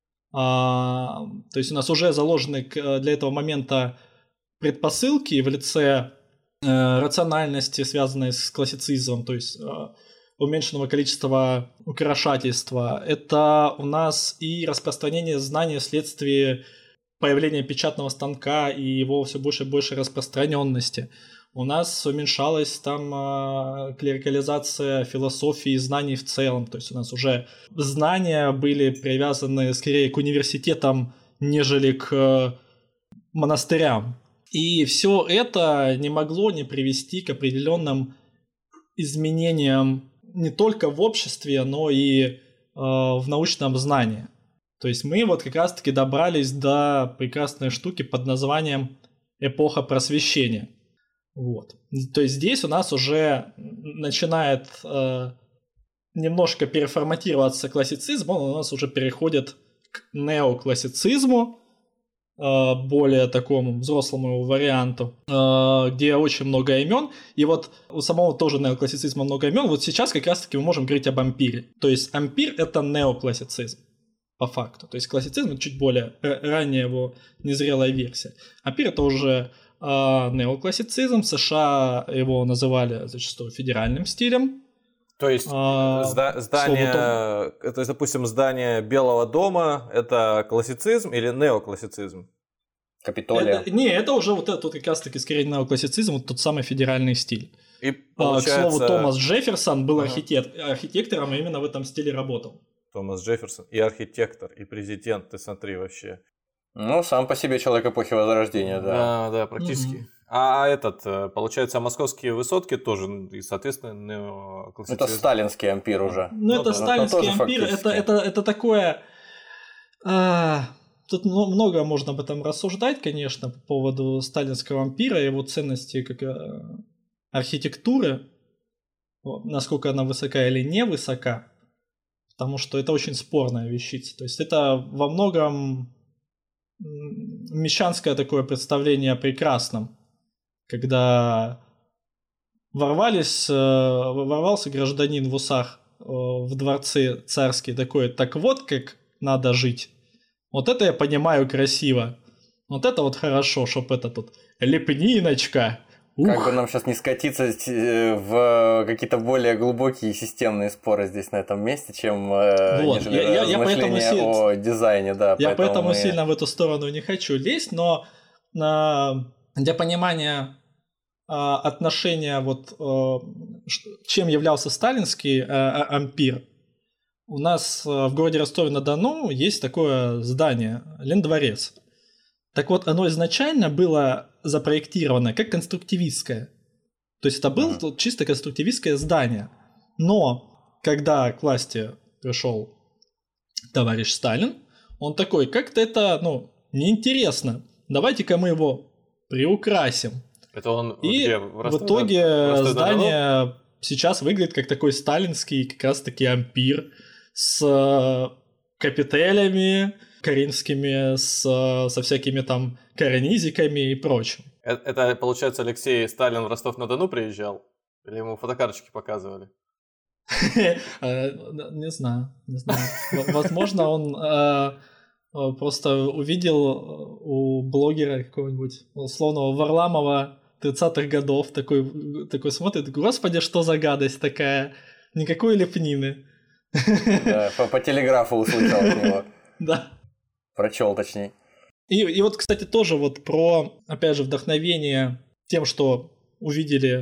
А, то есть у нас уже заложены к, для этого момента предпосылки в лице э, рациональности, связанной с классицизмом, то есть э, уменьшенного количества украшательства. Это у нас и распространение знаний вследствие появления печатного станка и его все больше и больше распространенности. У нас уменьшалась там э, клерикализация философии и знаний в целом. То есть у нас уже знания были привязаны скорее к университетам, нежели к э, монастырям. И все это не могло не привести к определенным изменениям не только в обществе, но и э, в научном знании. То есть мы вот как раз-таки добрались до прекрасной штуки под названием эпоха просвещения. Вот. То есть здесь у нас уже начинает э, немножко переформатироваться классицизм, он у нас уже переходит к неоклассицизму, более такому взрослому варианту, где очень много имен. И вот у самого тоже неоклассицизма много имен. Вот сейчас как раз-таки мы можем говорить об ампире. То есть ампир — это неоклассицизм по факту. То есть классицизм — это чуть более ранняя его незрелая версия. Ампир — это уже неоклассицизм. В США его называли зачастую федеральным стилем. То есть а, зда- здание, то есть, допустим, здание Белого дома — это классицизм или неоклассицизм? Капитолия. Это, не, это уже вот этот как раз-таки скорее неоклассицизм, вот тот самый федеральный стиль. И получается... а, к слову, Томас Джефферсон был ага. архитект, архитектором и именно в этом стиле работал. Томас Джефферсон и архитектор, и президент, ты смотри вообще. Ну, сам по себе человек эпохи Возрождения, да. Да, да, практически. Mm-hmm. А этот, получается, московские высотки тоже, и, соответственно, неоклассицизм. Это сталинский ампир уже. Ну, это да, сталинский ампир, это, это, это такое... А, тут много можно об этом рассуждать, конечно, по поводу сталинского ампира, его ценности как архитектуры, насколько она высока или не высока, потому что это очень спорная вещица. То есть это во многом мещанское такое представление о прекрасном, когда ворвались, ворвался гражданин в усах в дворце царский такой: так вот как надо жить. Вот это я понимаю красиво. Вот это вот хорошо, чтоб это тут лепниночка. Ух. Как бы нам сейчас не скатиться в какие-то более глубокие системные споры здесь на этом месте, чем вот. нежели я, я, размышления я поэтому о дизайне. Да, я поэтому, поэтому мы... сильно в эту сторону не хочу лезть, но для понимания отношения, вот, чем являлся сталинский ампир, у нас в городе Ростове-на-Дону есть такое здание, Лендворец. Так вот, оно изначально было запроектировано как конструктивистское. То есть это было uh-huh. чисто конструктивистское здание. Но когда к власти пришел товарищ Сталин, он такой: как-то это, ну, неинтересно. Давайте-ка мы его приукрасим. Это он И где? В, в итоге в здание сейчас выглядит как такой сталинский как раз-таки ампир с капителями коринфскими, с, со всякими там карнизиками и прочим. Это, это, получается, Алексей Сталин в Ростов-на-Дону приезжал? Или ему фотокарточки показывали? Не знаю, не знаю. Возможно, он просто увидел у блогера какого-нибудь условного Варламова тридцатых годов, такой, такой смотрит: господи, что за гадость такая, никакой лепнины. Да, по, по телеграфу услышал от него. Да. Прочел, точнее. И, и вот, кстати, тоже вот про, опять же, вдохновение тем, что увидели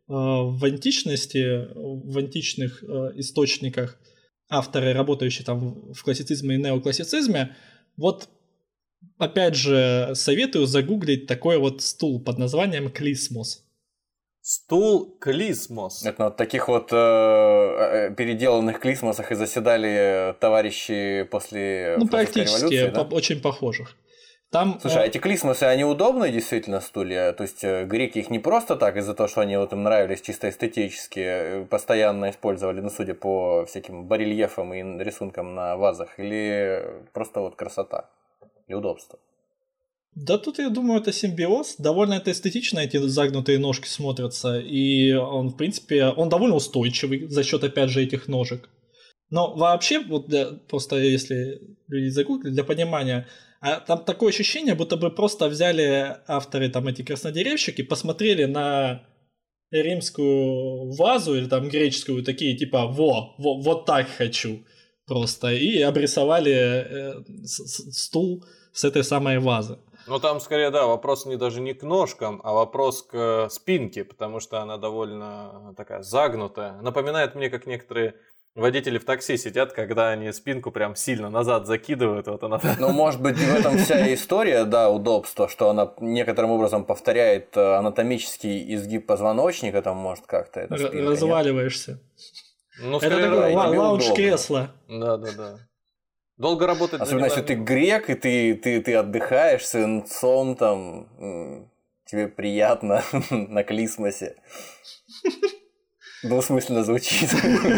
в античности, в античных источниках, авторы, работающие там в классицизме и неоклассицизме, вот опять же советую загуглить такой вот стул под названием клисмос. Стул клисмос. Это на таких вот э, переделанных клисмосах и заседали товарищи после ну, французской революции, практически, да? по- очень похожих. Там, Слушай, а... а эти клисмосы, они удобные действительно стулья? То есть греки их не просто так, из-за того, что они вот им нравились чисто эстетически, постоянно использовали, ну, судя по всяким барельефам и рисункам на вазах, или просто вот красота или удобство? Да тут, я думаю, это симбиоз. Довольно это эстетично, эти загнутые ножки смотрятся. И он, в принципе, он довольно устойчивый за счет, опять же, этих ножек. Но вообще, вот для, просто если люди загуглят, для понимания, а там такое ощущение, будто бы просто взяли авторы, там, эти краснодеревщики, посмотрели на римскую вазу или там греческую, такие типа «во, во вот так хочу» просто, и обрисовали э, с, с, стул с этой самой вазы. Ну, там, скорее, да, вопрос не даже не к ножкам, а вопрос к спинке, потому что она довольно такая загнутая. Напоминает мне, как некоторые водители в такси сидят, когда они спинку прям сильно назад закидывают. Вот она... Ну, может быть, в этом вся история, да, удобства, что она некоторым образом повторяет анатомический изгиб позвоночника, там, может, как-то это спинка, нет? Разваливаешься. Ну, это скорее, такое да, ла- лаунж-кресло. Да, да, да. Долго работать Особенно, если ты грек, и ты, ты, ты отдыхаешь с инцом, там, тебе приятно на клисмосе. Двусмысленно звучит.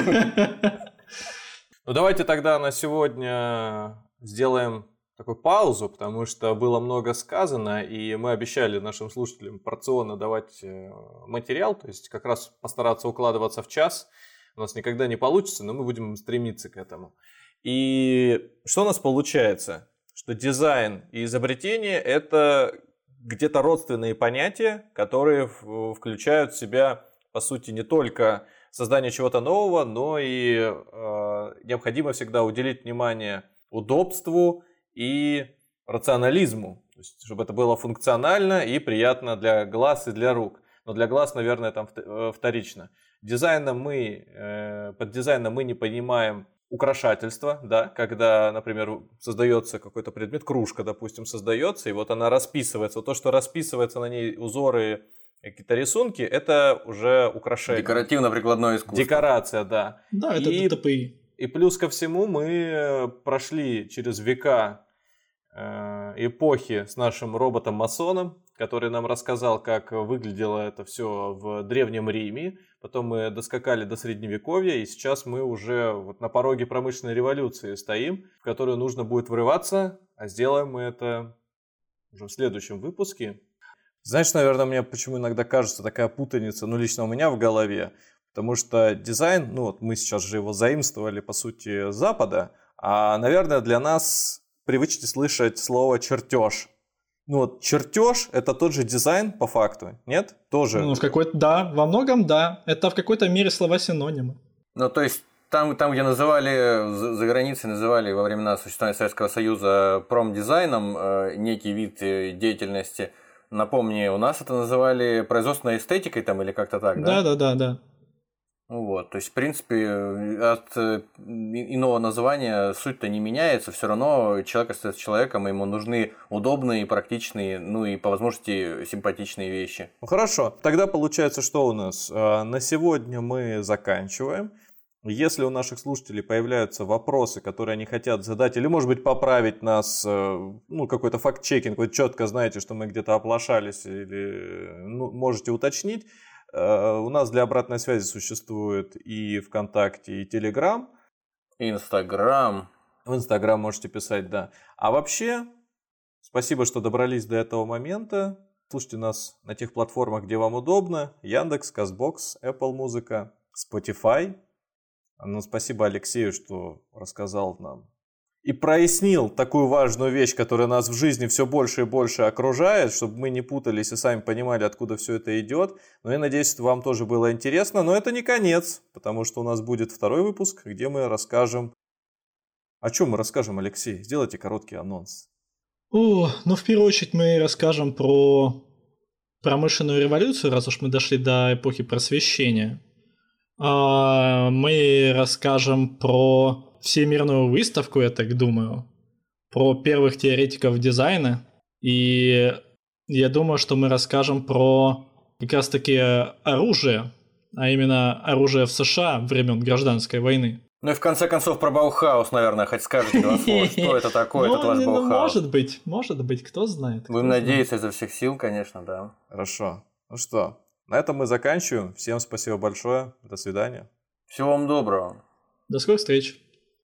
Ну, давайте тогда на сегодня сделаем такую паузу, потому что было много сказано, и мы обещали нашим слушателям порционно давать материал, то есть как раз постараться укладываться в час. У нас никогда не получится, но мы будем стремиться к этому. И что у нас получается? Что дизайн и изобретение – это где-то родственные понятия, которые включают в себя, по сути, не только создание чего-то нового, но и э, необходимо всегда уделить внимание удобству и рационализму, то есть, чтобы это было функционально и приятно для глаз и для рук. Но для глаз, наверное, там вторично. Дизайном мы, э, под дизайном мы не понимаем украшательство, да, когда, например, создается какой-то предмет, кружка, допустим, создается, и вот она расписывается. Вот то, что расписывается на ней узоры, какие-то рисунки, это уже украшение. Декоративно-прикладное искусство. Декорация, да. Да, это и, ДТПИ. И плюс ко всему мы прошли через века э, эпохи с нашим роботом-масоном, который нам рассказал, как выглядело это все в Древнем Риме. Потом мы доскакали до Средневековья, и сейчас мы уже вот на пороге промышленной революции стоим, в которую нужно будет врываться, а сделаем мы это уже в следующем выпуске. Знаешь, наверное, мне почему иногда кажется такая путаница, ну, лично у меня в голове, потому что дизайн, ну, вот мы сейчас же его заимствовали, по сути, с Запада, а, наверное, для нас привычнее слышать слово «чертеж». Ну вот чертеж это тот же дизайн по факту, нет? Тоже. Ну, в какой-то, да, во многом да. Это в какой-то мере слова-синонимы. Ну, то есть, там, там где называли, за, за границей называли во времена существования Советского Союза промдизайном э, некий вид деятельности, напомни, у нас это называли производственной эстетикой там или как-то так, да? Да, да, да, да. Ну вот, то есть, в принципе, от иного названия суть-то не меняется, все равно человек остается человеком, и ему нужны удобные, практичные, ну и по возможности симпатичные вещи. Ну хорошо, тогда получается, что у нас? На сегодня мы заканчиваем. Если у наших слушателей появляются вопросы, которые они хотят задать, или, может быть, поправить нас, ну, какой-то факт-чекинг, вы четко знаете, что мы где-то оплошались, или ну, можете уточнить. У нас для обратной связи существует и ВКонтакте, и Телеграм. Инстаграм. В Инстаграм можете писать, да. А вообще, спасибо, что добрались до этого момента. Слушайте нас на тех платформах, где вам удобно. Яндекс, Казбокс, Apple Музыка, Spotify. Ну, спасибо Алексею, что рассказал нам и прояснил такую важную вещь, которая нас в жизни все больше и больше окружает, чтобы мы не путались и сами понимали, откуда все это идет. Но я надеюсь, что вам тоже было интересно. Но это не конец, потому что у нас будет второй выпуск, где мы расскажем... О чем мы расскажем, Алексей? Сделайте короткий анонс. О, ну, в первую очередь мы расскажем про промышленную революцию, раз уж мы дошли до эпохи просвещения. Мы расскажем про всемирную выставку, я так думаю, про первых теоретиков дизайна. И я думаю, что мы расскажем про как раз-таки оружие, а именно оружие в США времен Гражданской войны. Ну и в конце концов про Баухаус, наверное, хоть скажете два слова, что это такое, этот ваш Баухаус. Может быть, может быть, кто знает. Будем надеяться изо всех сил, конечно, да. Хорошо. Ну что, на этом мы заканчиваем. Всем спасибо большое. До свидания. Всего вам доброго. До скорых встреч.